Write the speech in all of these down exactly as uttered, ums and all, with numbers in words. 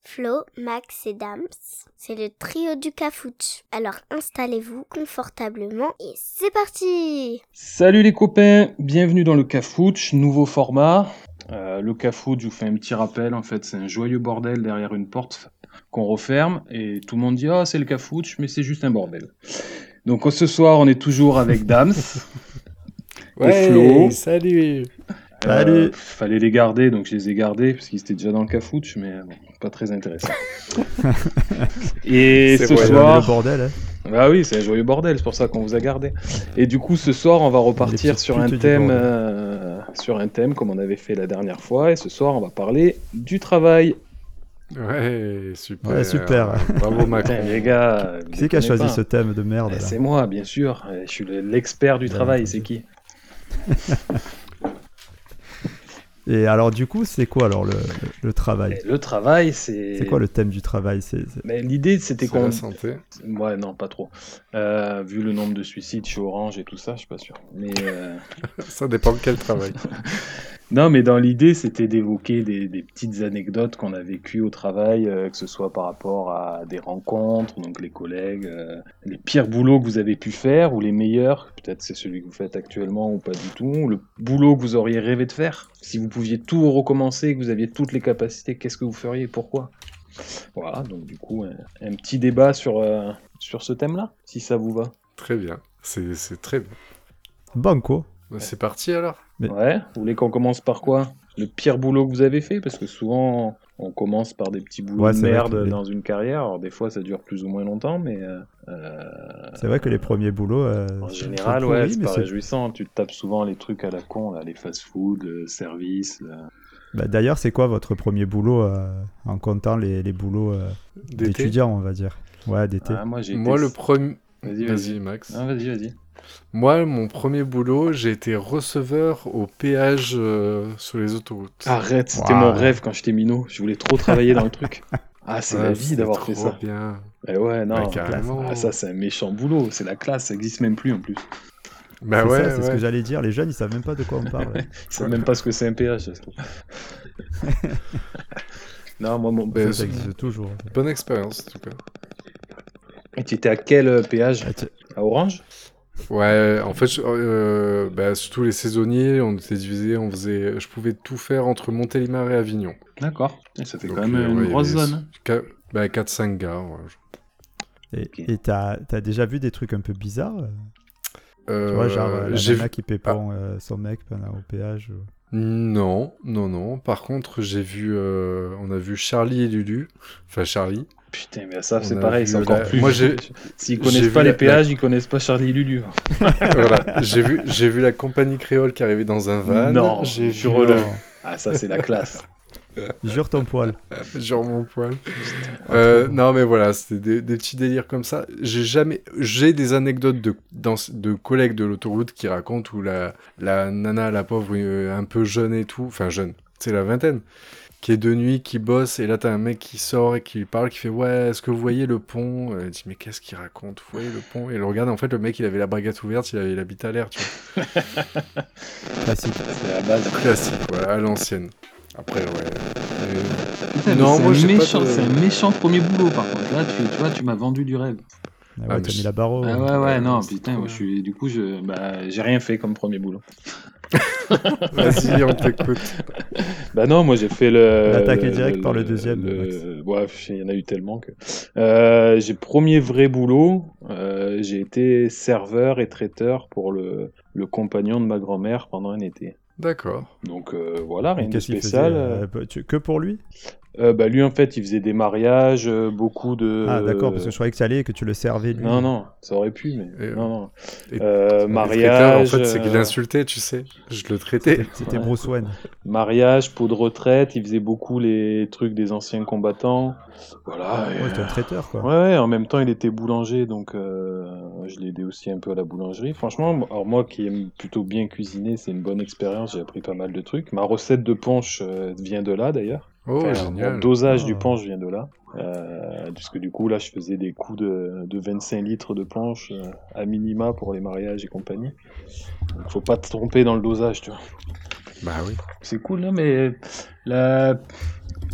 Flo, Max et Dams. C'est le trio du Cafouche. Alors installez-vous confortablement et c'est parti! Salut les copains, bienvenue dans le Cafouche, nouveau format. Euh, le Cafouche, je vous fais un petit rappel, en fait c'est un joyeux bordel derrière une porte qu'on referme et tout le monde dit « Ah, oh, c'est le Cafouche », mais c'est juste un bordel. Donc ce soir, on est toujours avec Dams ouais, et Flo. Salut. Euh, Salut. Fallait les garder, donc je les ai gardés parce qu'ils étaient déjà dans le Cafouche, mais bon, pas très intéressant. Et c'est ce vrai, soir, le bordel. Hein. Ah oui, c'est un joyeux bordel, c'est pour ça qu'on vous a gardé. Et du coup, ce soir, on va repartir sur un thème, euh, sur un thème comme on avait fait la dernière fois. Et ce soir, on va parler du travail. Ouais, super. Ouais, super. Bravo Macron. Putain, les gars, qui c'est qui a choisi pas. ce thème de merde là C'est moi, bien sûr. Je suis l'expert du ouais, travail. C'est qui? Et alors du coup, c'est quoi alors le, le, le travail? Le travail, c'est... C'est quoi le thème du travail? c'est, c'est... Mais l'idée, c'était c'est qu'on... la santé. Ouais, non, pas trop. Euh, vu le nombre de suicides chez Orange et tout ça, je suis pas sûr. Mais euh... ça dépend de quel travail. Non, mais dans l'idée, c'était d'évoquer des, des petites anecdotes qu'on a vécues au travail, euh, que ce soit par rapport à des rencontres, donc les collègues, euh, les pires boulots que vous avez pu faire, ou les meilleurs, peut-être c'est celui que vous faites actuellement ou pas du tout, le boulot que vous auriez rêvé de faire. Si vous pouviez tout recommencer, que vous aviez toutes les capacités, qu'est-ce que vous feriez et pourquoi? Voilà, donc du coup, un, un petit débat sur, euh, sur ce thème-là, si ça vous va. Très bien, c'est, c'est très bien. Banco. Bah, c'est parti alors. Mais... Ouais, vous voulez qu'on commence par quoi? Le pire boulot que vous avez fait? Parce que souvent, on commence par des petits boulots ouais, de merde les... dans une carrière. Alors des fois, ça dure plus ou moins longtemps, mais... Euh... C'est vrai que les premiers boulots... Euh, en général, ouais, c'est pas c'est... réjouissant. Tu te tapes souvent les trucs à la con, là, les fast-food, euh, services... Euh... Bah, d'ailleurs, c'est quoi votre premier boulot euh, en comptant les, les boulots euh, d'étudiants, on va dire? Ouais, d'été. Ah, moi, j'ai moi été... le premier... Vas-y, vas-y, vas-y. Max. Ah, vas-y, vas-y. Moi, mon premier boulot, j'ai été receveur au péage euh, sur les autoroutes. Arrête, c'était wow. mon rêve quand j'étais minot. Je voulais trop travailler dans le truc. Ah, c'est ouais, la vie d'avoir fait ça. Bien. Et ouais, non, bah, carrément. Ah, ça, c'est un méchant boulot. C'est la classe, ça existe même plus en plus. Bah c'est ouais, ça, c'est ouais. ce que j'allais dire. Les jeunes, ils savent même pas de quoi on parle. Ils savent même pas ce que c'est un péage, ça se trouve. Non, moi, mon bah, ça existe toujours. Bonne expérience, en tout cas. Et tu étais à quel péage? À Orange? Ouais, en fait, euh, bah, surtout les saisonniers, on était divisés, on faisait, je pouvais tout faire entre Montélimar et Avignon. D'accord, et ça fait Donc, quand même euh, une ouais, grosse zone. Qu- bah, quatre cinq gars. Ouais. Et okay. et t'as, t'as déjà vu des trucs un peu bizarres euh, Tu vois, genre la j'ai nana vu... qui pépon ah. euh, son mec pendant au péage ou... Non, non, non. Par contre, j'ai vu, euh, on a vu Charlie et Lulu, enfin Charlie. Putain, mais ça, c'est pareil, c'est encore la... plus. Moi, j'ai... S'ils connaissent pas les la... péages, ils connaissent pas Charlie et Lulu. Voilà, j'ai vu, j'ai vu la compagnie créole qui arrivait dans un van. Non, j'ai vu vu. Le... Ah, ça, c'est la classe. Jure ton poil. Jure mon poil. Euh, non, mais voilà, c'était des, des petits délires comme ça. J'ai jamais, j'ai des anecdotes de, dans, de collègues de l'autoroute qui racontent où la, la nana, la pauvre, un peu jeune et tout, enfin jeune, c'est la vingtaine, qui est de nuit, qui bosse, et là t'as un mec qui sort et qui lui parle, qui fait « Ouais, est-ce que vous voyez le pont ?» Elle dit « Mais qu'est-ce qu'il raconte? Vous voyez le pont ?» Et elle regarde, en fait, le mec, il avait la braguette ouverte, il avait la bite à l'air, tu vois. Classique. C'est la base. Classique, voilà, à l'ancienne. Après, ouais... Et... Putain, non, moi, c'est, un méchant, de... c'est un méchant premier boulot, par contre. Là, tu, tu vois, tu m'as vendu du rêve. Ah ouais, ah, t'as mis la barre. Ah ouais, ouais, ouais non, putain, moi, je suis... du coup, je... bah, j'ai rien fait comme premier boulot. Vas-y, on t'écoute. Bah non, moi j'ai fait le... L'attaquer direct le, par le deuxième. Le... Ouais, il y en a eu tellement que... Euh, j'ai premier vrai boulot, euh, j'ai été serveur et traiteur pour le, le compagnon de ma grand-mère pendant un été. D'accord. Donc euh, voilà, rien et de spécial. Euh, tu... Que pour lui? Euh, bah lui en fait il faisait des mariages, euh, beaucoup de... Ah d'accord, parce que je croyais que ça allait et que tu le servais lui. Non non, ça aurait pu mais et, non non. Et, euh, mariage... En fait c'est qu'il l'insultait tu sais, je le traitais. C'était, c'était Bruce Wayne. Mariage, pot de retraite, il faisait beaucoup les trucs des anciens combattants. Voilà. Ouais, c'était un traiteur quoi. Ouais, ouais, en même temps il était boulanger donc euh, je l'ai aidé aussi un peu à la boulangerie. Franchement, alors moi qui aime plutôt bien cuisiner, c'est une bonne expérience, j'ai appris pas mal de trucs. Ma recette de punch euh, vient de là d'ailleurs. Oh, enfin, génial. Mon dosage oh. du punch vient de là. Euh, puisque du coup, là, je faisais des coups de, de vingt-cinq litres de punch euh, à minima pour les mariages et compagnie. Donc, faut pas te tromper dans le dosage, tu vois. Bah oui. C'est cool, là, mais la...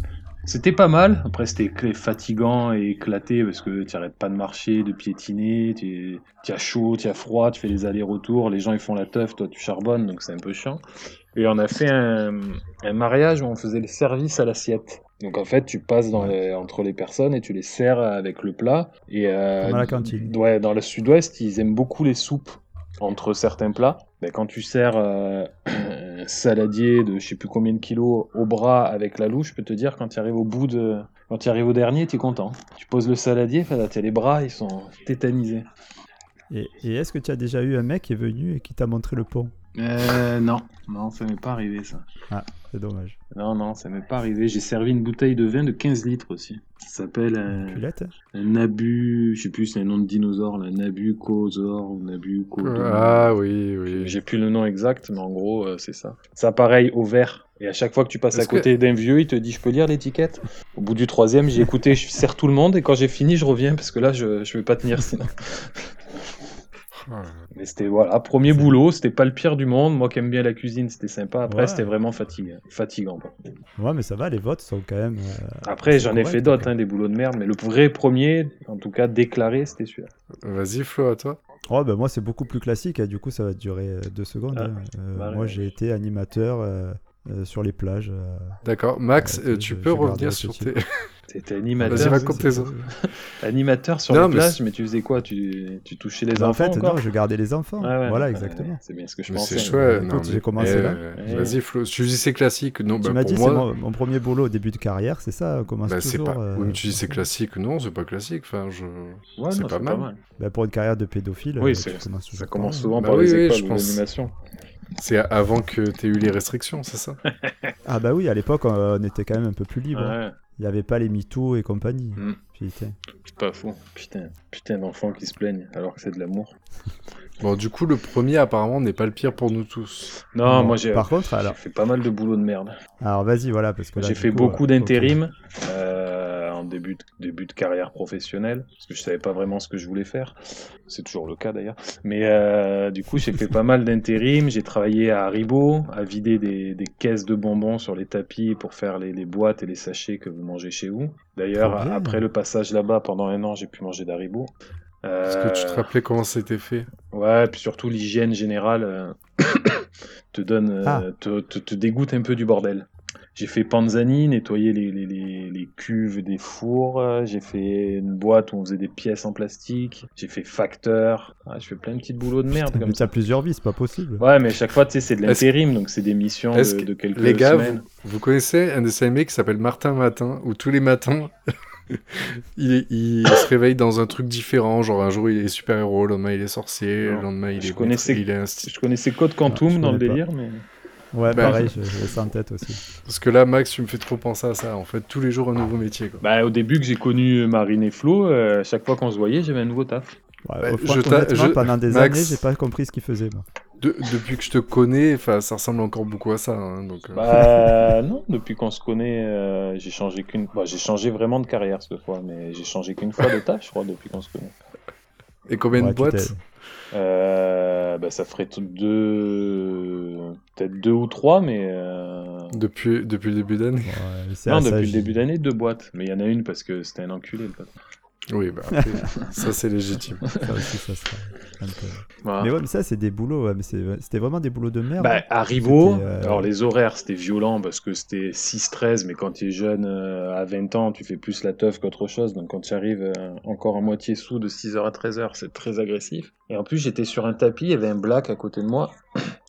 C'était pas mal. Après, c'était clé- fatigant et éclaté parce que tu arrêtes pas de marcher, de piétiner. Tu tu as chaud, tu as froid, tu fais les allers-retours. Les gens, ils font la teuf, toi, tu charbonnes, donc c'est un peu chiant. Et on a fait un, un mariage où on faisait le service à l'assiette. Donc en fait, tu passes dans Ouais. les- entre les personnes et tu les sers avec le plat. Et euh, Comme à la cantine. ouais, dans le sud-ouest, ils aiment beaucoup les soupes entre certains plats. Ben, quand tu sers euh, un saladier de je sais plus combien de kilos au bras avec la louche, je peux te dire, quand tu arrives au bout de, quand tu arrives au dernier, tu es content. Tu poses le saladier, enfin, là, t'as les bras, ils sont tétanisés. Et, et est-ce que tu as déjà eu un mec qui est venu et qui t'a montré le pont? Euh, non, non, ça m'est pas arrivé ça. Ah, c'est dommage. Non, non, ça m'est pas arrivé. J'ai servi une bouteille de vin de quinze litres aussi. Ça s'appelle un, Culette? un Nabu, je sais plus, c'est un nom de dinosaure, là, Nabucosaure ou Nabucodonosor. Ah oui, oui. J'ai plus le nom exact, mais en gros, euh, c'est ça. C'est pareil au verre. Et à chaque fois que tu passes Est-ce à côté que- d'un vieux, il te dit, je peux lire l'étiquette? Au bout du troisième, j'ai écouté, je sers tout le monde, et quand j'ai fini, je reviens, parce que là, je, je vais pas tenir sinon. Ah, Mais c'était, voilà, premier C'est- boulot, c'était pas le pire du monde. Moi qui aime bien la cuisine, c'était sympa. Après, Ouais. c'était vraiment fatigant. fatigant quoi. Ouais, mais ça va, les votes sont quand même. euh, Après, c'est j'en ai correct, fait d'autres, quoi. hein, des boulots de merde, mais le vrai premier, en tout cas déclaré, c'était celui-là. Vas-y, Flo, à toi. Oh, ben moi, c'est beaucoup plus classique, et du coup, ça va durer euh, deux secondes. Ah, hein. Euh, bah, moi, ouais. j'ai été animateur euh, euh, sur les plages. euh, D'accord. Max, Ouais, euh, je- tu je peux garderai revenir ce sur titre. tes... T'étais animateur. Vas-y, raconte c'est- tes autres. Animateur sur Non, les mais plages, c'est- mais tu faisais quoi? tu, tu touchais les Bah, en enfants fait, encore? non, je gardais les enfants. Ouais, ouais, Voilà, ouais, exactement. c'est bien ce que je Mais pensais. c'est chouette. Écoute, non, j'ai mais- commencé eh, là. Ouais. Vas-y, Flo. Tu dis c'est classique. Non, Tu bah, m'as pour dit, moi... c'est mon, mon premier boulot au début de carrière, c'est ça? On commence Bah, c'est toujours. pas... euh, Oui, mais tu dis c'est classique. Non, c'est pas classique. Enfin, je... Ouais, c'est non, pas mal. bah, pour une carrière de pédophile, Oui, euh, c'est- tu commences Ça toujours commence par- souvent Bah par oui, les oui, écoles je ou pense. l'animation. C'est avant que t'aies eu les restrictions, c'est ça? Ah bah oui, à l'époque, on était quand même un peu plus libre. hein. Ouais, Il n'y avait pas les MeToo et compagnie. Mm. Putain. c'est pas fou. Putain, putain d'enfants qui se plaignent alors que c'est de l'amour. Bon, du coup, le premier, apparemment, n'est pas le pire pour nous tous. Non, Bon, moi j'ai par contre, j'ai alors- fait pas mal de boulot de merde. Alors vas-y, voilà, parce que là, J'ai du fait coup, beaucoup euh, d'intérim euh, en début de, début de carrière professionnelle, parce que je savais pas vraiment ce que je voulais faire. C'est toujours le cas d'ailleurs. Mais euh, du coup, j'ai fait pas mal d'intérim. J'ai travaillé à Haribo, à vider des, des caisses de bonbons sur les tapis pour faire les, les boîtes et les sachets que vous mangez chez vous. D'ailleurs, Trop bien. après le passage là-bas, pendant un an, j'ai pu manger d'Haribo. Est-ce que tu te Euh, rappelais comment c'était fait? Ouais, puis surtout l'hygiène générale euh, te donne, euh, Ah. te, te, te dégoûte un peu du bordel. J'ai fait Panzani, nettoyer les, les, les, les cuves des fours. euh, J'ai fait une boîte où on faisait des pièces en plastique. J'ai fait facteur. Ah, je fais plein de petits boulots de merde Putain, comme mais ça. t'as plusieurs vies, c'est pas possible. Ouais, mais chaque fois, tu sais, c'est de Est-ce- l'intérim, donc c'est des missions Est-ce de, que- de quelques Les gars, semaines. vous, vous connaissez un dessin animé qui s'appelle Martin Matin, où tous les matins, il, est- il se réveille dans un truc différent. Genre un jour il est super-héros, le lendemain il est sorcier, Non. le lendemain il Je est, connaissais- maître- il est insti- Je connaissais Code Ah, Quantum je dans le connais pas. délire, mais... Ouais, Bah, pareil, je, je l'ai ça en tête aussi. Parce que là, Max, tu me fais trop penser à ça. En fait, tous les jours un nouveau métier. Quoi. Bah, au début que j'ai connu Marine et Flo, euh, chaque fois qu'on se voyait, j'avais un nouveau taf. Ouais, Ouais, hon- je t'a- honnêtement, je- pendant des Max- années, j'ai pas compris ce qu'ils faisaient. Moi. De- depuis que je te connais, enfin, ça ressemble encore beaucoup à ça. hein, donc, euh, Bah non, depuis qu'on se connaît, euh, j'ai changé qu'une, bah, j'ai changé vraiment de carrière cette fois, mais j'ai changé qu'une fois de taf, je crois, depuis qu'on se connaît. Et combien Ouais, de tu boîtes? t'es- Euh, bah ça ferait tout deux, peut-être deux ou trois, mais euh... depuis, depuis le début d'année. Ouais, c'est non, à ça, depuis le j'y- début d'année, deux boîtes, mais il y en a une parce que c'était un enculé le pote. Oui, bah après, ça c'est légitime. Ça aussi, ça sera un peu- Voilà. Mais ouais, mais ça, c'est des boulots. ouais, mais c'est- c'était vraiment des boulots de merde. Bah, Haribo, C'était, euh, alors les horaires c'était violent parce que c'était six treize, mais quand tu es jeune euh, à vingt ans, tu fais plus la teuf qu'autre chose. Donc quand tu arrives euh, encore à moitié sous de six heures à treize heures, c'est très agressif. Et en plus, j'étais sur un tapis, il y avait un black à côté de moi.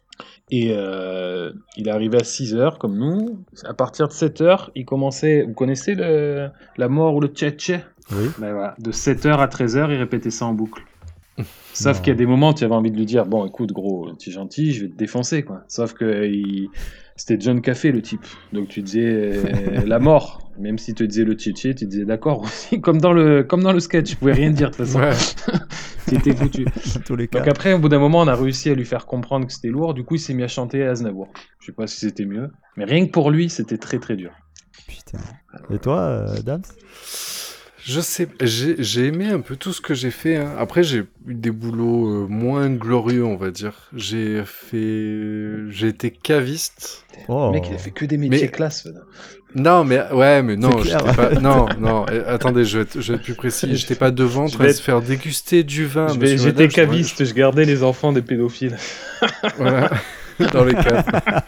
Et euh, il est arrivé à six heures comme nous. À partir de sept heures, il commençait. Vous connaissez le, la mort ou le tchetché? Oui. Ben voilà. De sept heures à treize heures, il répétait ça en boucle. Sauf Non. qu'il y a des moments où tu avais envie de lui dire bon, écoute, gros, tu es gentil, je vais te défoncer, quoi. Sauf que il... c'était John Café, le type. Donc tu disais euh, la mort. Même s'il te disait le tchétché, tu disais d'accord aussi. Comme dans le, comme dans le sketch, je pouvais rien dire de toute façon. Ouais. T'étais foutu. Dans tous les cas. Donc après, au bout d'un moment, on a réussi à lui faire comprendre que c'était lourd. Du coup, il s'est mis à chanter Aznavour. Je sais pas si c'était mieux. Mais rien que pour lui, c'était très très dur. Putain. Et toi, euh, Dams Je sais, j'ai, j'ai aimé un peu tout ce que j'ai fait. Hein. Après, j'ai eu des boulots euh, moins glorieux, on va dire. J'ai fait, j'ai été caviste. Oh. Le mec, il a fait que des métiers mais... classe. Non, mais ouais, mais non, j'étais pas. Non, non. Attendez, je vais être, je vais être plus précis. J'étais pas devant en train de se faire déguster du vin. Je vais, j'étais madame, caviste. Je... je gardais les enfants des pédophiles. Voilà. Dans les caves.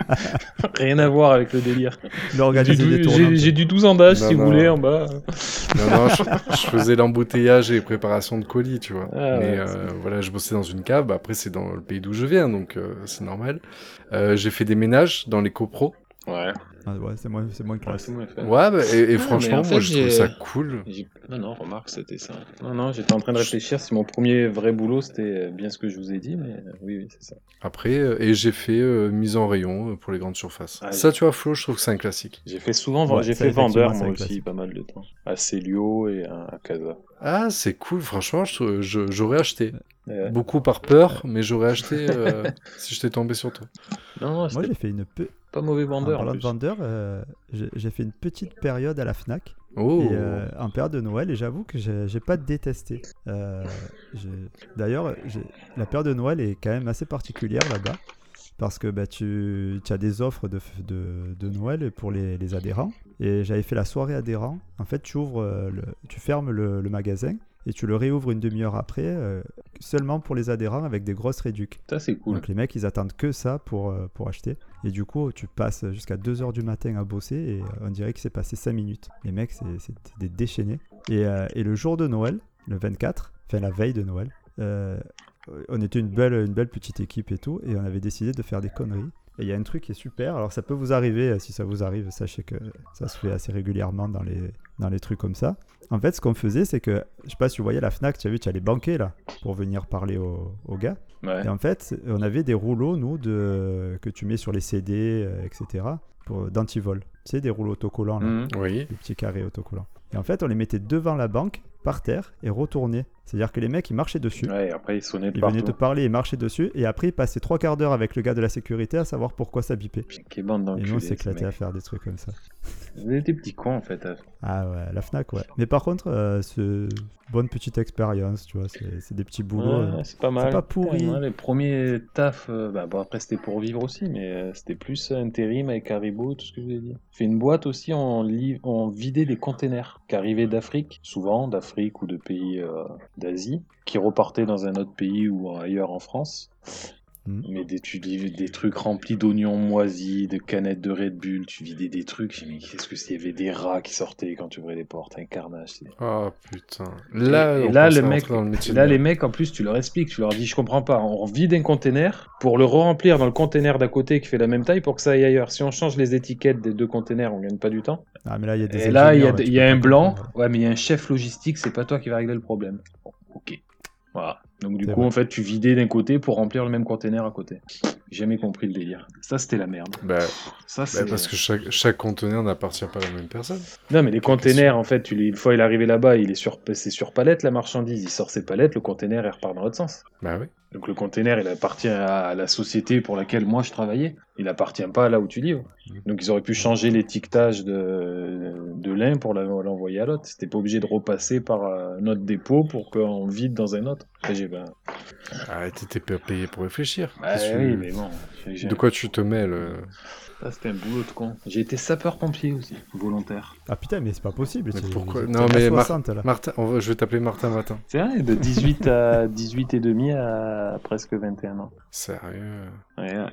Rien à voir avec le délire. J'ai, j'ai, j'ai du douze ans d'âge, non, si non. vous voulez, en bas. Non, non, je, je faisais l'embouteillage et préparation de colis, tu vois. Ah, mais ouais, euh, voilà, je bossais dans une cave. Après, c'est dans le pays d'où je viens, donc euh, c'est normal. Euh, j'ai fait des ménages dans les copros. Ouais. Ah ouais, c'est moins, c'est moins classe. Ouais, c'est ouais bah, et, et ah, franchement, moi, je trouve ça cool. J'ai... Non, non, remarque, c'était ça. Non, non, j'étais en train de réfléchir si mon premier vrai boulot, c'était bien ce que je vous ai dit, mais oui, oui, c'est ça. Après, euh, et j'ai fait euh, mise en rayon pour les grandes surfaces. Ah, ça, j'ai... tu vois, Flo, je trouve que c'est un classique. J'ai fait souvent, ouais, j'ai fait vendeur, moi aussi, pas mal de temps. À Célio et à Casa. Ah, c'est cool, franchement, je, je, j'aurais acheté. Ouais. Beaucoup par peur, mais j'aurais acheté euh, si j'étais tombé sur toi. Non, moi, j'ai fait une peu... Pas mauvais vendeur. En parlant en de vendeur, euh, j'ai, j'ai fait une petite période à la Fnac. Oh. Et, euh, en période de Noël, et j'avoue que j'ai, j'ai pas détesté. Euh, j'ai... D'ailleurs, j'ai... la période de Noël est quand même assez particulière là-bas. Parce que bah, tu, tu as des offres de, de, de Noël pour les, les adhérents. Et j'avais fait la soirée adhérent. En fait, tu, ouvres le, tu fermes le, le magasin et tu le réouvres une demi-heure après, euh, seulement pour les adhérents avec des grosses réducs. Ça, c'est cool. Donc les mecs, ils attendent que ça pour, euh, pour acheter. Et du coup, tu passes jusqu'à deux heures du matin à bosser et on dirait qu'il s'est passé cinq minutes. Les mecs, c'est, c'est des déchaînés. Et, euh, et le jour de Noël, le vingt-quatre, enfin la veille de Noël, euh, on était une belle, une belle petite équipe et tout, et on avait décidé de faire des conneries. Et il y a un truc qui est super, alors ça peut vous arriver, si ça vous arrive, sachez que ça se fait assez régulièrement dans les, dans les trucs comme ça. En fait, ce qu'on faisait, c'est que, je sais pas si vous voyez la Fnac, tu as vu, tu as les banquets là, pour venir parler aux, aux gars. Ouais. Et en fait, on avait des rouleaux, nous, de, que tu mets sur les C D, euh, et cetera, pour, d'antivol. Tu sais, des rouleaux autocollants, là, mmh, oui. des petits carrés autocollants. Et en fait, on les mettait devant la banque, par terre, et retournés. C'est-à-dire que les mecs, ils marchaient dessus. Ouais, et après, ils sonnaient de Ils partout. venaient te parler, ils marchaient dessus, et après, ils passaient trois quarts d'heure avec le gars de la sécurité à savoir pourquoi ça bipait. Quelle bande et nous, on d'enculés, s'éclatait à faire des trucs comme ça. Vous êtes des petits cons, en fait. Ah ouais, la Fnac, ouais. Mais par contre, euh, c'est bonne petite expérience, tu vois. C'est, c'est des petits boulots. Ouais, euh, c'est pas mal. C'est pas pourri. Ouais, les premiers tafs, euh, bah, bon, après, c'était pour vivre aussi, mais euh, c'était plus intérim avec Haribo, tout ce que je vous ai dit. J'ai fait une boîte aussi, on, li- on vidait des containers qui arrivaient d'Afrique, souvent d'Afrique ou de pays euh, d'Asie, qui repartaient dans un autre pays ou ailleurs en France. Mmh. Mais des, tu dis des trucs remplis d'oignons moisis, de canettes de Red Bull, tu vidais des trucs, j'ai dit, mais qu'est-ce que s'il y avait des rats qui sortaient quand tu ouvrais les portes, un carnage. C'est... Oh putain. Là, et, et là, le mec, le là les mecs, en plus, tu leur expliques, tu leur dis, je comprends pas, on vide un container pour le re-remplir dans le container d'à côté qui fait la même taille pour que ça aille ailleurs. Si on change les étiquettes des deux containers, on gagne pas du temps. Ah, mais là, il y a des et là, il y a, là, y a un blanc, ouais, mais il y a un chef logistique, c'est pas toi qui va régler le problème. Bon, ok. Voilà. Donc du c'est coup, vrai. En fait, tu vidais d'un côté pour remplir le même container à côté. J'ai jamais compris le délire. Ça, c'était la merde. Bah, ça, bah c'est... parce que chaque, chaque conteneur n'appartient pas à la même personne. Non, mais les containers, en fait, tu les... une fois il est arrivé là-bas, il est sur, c'est sur palette la marchandise. Il sort ses palettes, le container il repart dans l'autre sens. Bah oui. Donc le container, il appartient à la société pour laquelle moi je travaillais. Il appartient pas à là où tu livres. Donc ils auraient pu changer l'étiquetage de, de l'un pour l'envoyer à l'autre. C'était pas obligé de repasser par notre dépôt pour qu'on vide dans un autre. Après, j'ai ben... Ah, t'étais payé pour réfléchir. Bah oui, mais bon. J'ai... De quoi tu te mêles? Ça, c'était un boulot de con. J'ai été sapeur-pompier aussi, volontaire. Ah putain, mais c'est pas possible. Mais c'est... pourquoi? Non, mais soixante, Mar- Martin, on va... je vais t'appeler Martin Matin. C'est vrai, de dix-huit à dix-huit et demi à presque vingt et un ans. Sérieux? Ouais, ouais.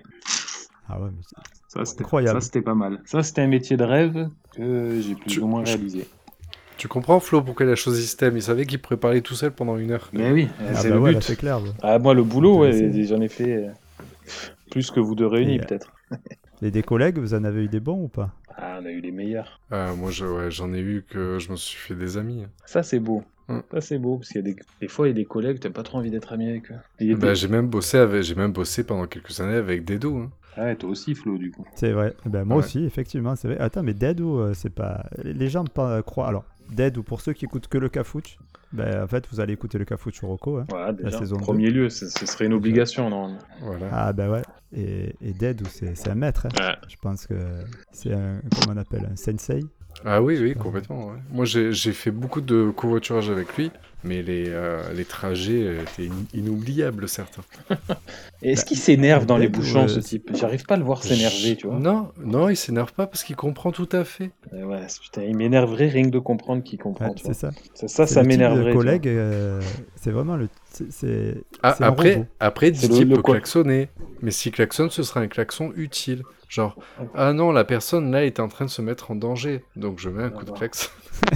Ah ouais, mais ça, c'était... incroyable. Ça, c'était pas mal. Ça, c'était un métier de rêve que j'ai plus tu... ou moins réalisé. Tu comprends, Flo, pourquoi il a choisi ce thème? Il savait qu'il pourrait parler tout seul pendant une heure. Mais oui, ah c'est bah le ouais, but. Là, c'est clair. Ouais. Ah, moi, le boulot, ouais, j'en ai fait plus que vous deux réunis, et, peut-être. Et des collègues, vous en avez eu des bons ou pas? Ah, on a eu les meilleurs. Ah, moi, je, ouais, j'en ai eu que je me suis fait des amis. Ça, c'est beau. Hum. Ça, c'est beau, parce qu'il y a des... des fois, il y a des collègues, t'as pas trop envie d'être ami avec eux. Bah, des... j'ai, même bossé avec... j'ai même bossé pendant quelques années avec Dedo. Hein. Ah ouais, toi aussi, Flo, du coup. C'est vrai. Ben, moi ouais. aussi, effectivement, c'est vrai. Attends, mais Dedo, euh, c'est pas... Les gens pas, croient... Alors, Dead, ou pour ceux qui écoutent que le Cafouche, ben, en fait, vous allez écouter le Cafouche Rocco. Hein, voilà, déjà, la saison premier deux. lieu, ce serait une obligation, non? Voilà. Ah, ben ouais. Et, et Dead, c'est, c'est un maître. Hein. Ouais. Je pense que c'est un, comment on appelle, un sensei. Ah oui, oui, complètement. Ouais. Moi, j'ai j'ai fait beaucoup de covoiturage avec lui, mais les, euh, les trajets étaient in- inoubliables, certains. Et Est-ce Bah, qu'il s'énerve le dans les bug, bouchons, ce euh, type? J'arrive pas à le voir s'énerver, tu vois. Non, non, il s'énerve pas parce qu'il comprend tout à fait. Ouais, ouais, c'est- putain, il m'énerverait rien que de comprendre qu'il comprend, ouais, tu c'est vois. ça. Ça, ça, C'est ça le type de m'énerverait, tu vois. collègue, euh, c'est vraiment le. C'est c'est- Ah, c'est un après, robot. après C'est Didier le- le peut quoi klaxonner, mais s'il klaxonne, ce sera un klaxon utile. Genre, ah non, la personne là est en train de se mettre en danger, donc je mets un coup de D'accord. klaxon.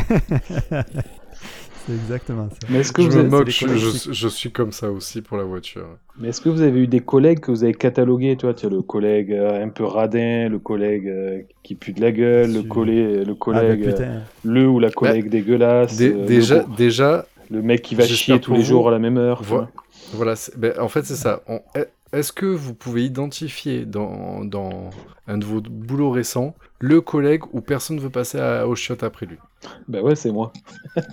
C'est exactement ça. Mais est-ce que Je vous me avez... moque, des je, collègues je- qui- je suis comme ça aussi pour la voiture. Mais est-ce que vous avez eu des collègues que vous avez catalogués, toi, tu vois, le collègue euh, un peu radin, le collègue euh, qui pue de la gueule, le, Su- collé- le Ah, bah collègue, euh, putain. le ou la collègue dégueulasse, Dé- euh, le, déjà, gros- déjà, le mec qui va j'espère chier tous pour les vous, jours à la même heure, tu vo- vois. voilà, c'est- ben, en fait c'est ça. On- est- Est-ce que vous pouvez identifier dans, dans un de vos boulots récents le collègue où personne ne veut passer à, au chiottes après lui? Bah ouais, c'est moi.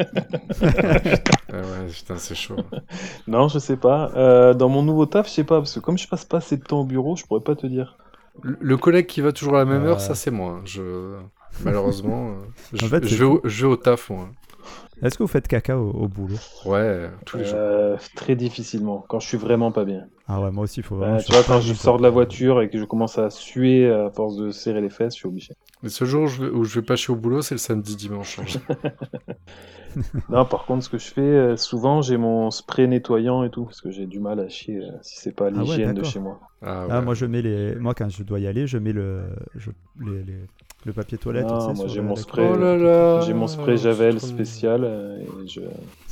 Ah ouais, putain, c'est chaud. Non, je sais pas. Euh, dans mon nouveau taf, je sais pas, parce que comme je passe pas assez de temps au bureau, je pourrais pas te dire. Le, le collègue qui va toujours à la même heure, Euh. ça c'est moi. Je... Malheureusement, euh, je, En fait, je c'est vais au, fou. je vais au taf, moi. Est-ce que vous faites caca au, au boulot? Ouais, tous les jours. Euh, très difficilement, quand je suis vraiment pas bien. Ah ouais, moi aussi, il faut vraiment. Euh, que tu vois, je quand parte je d'un sors coup. de la voiture et que je commence à suer à force de serrer les fesses, je suis obligé. Les seuls jours où je vais, où je vais pas chier au boulot, c'est le samedi, dimanche. Non, par contre, ce que je fais, euh, souvent, j'ai mon spray nettoyant et tout, parce que j'ai du mal à chier euh, si c'est pas Ah ouais, l'hygiène de d'accord. chez moi. Ah ouais. Ah, moi, je mets les. Moi, quand je dois y aller, je mets le. Je... Les, les- Le papier toilette, Non, tu sais, moi, sur j'ai la- mon la spray. Oh culotte. là là. J'ai mon spray c'est Javel trop spécial euh, et je,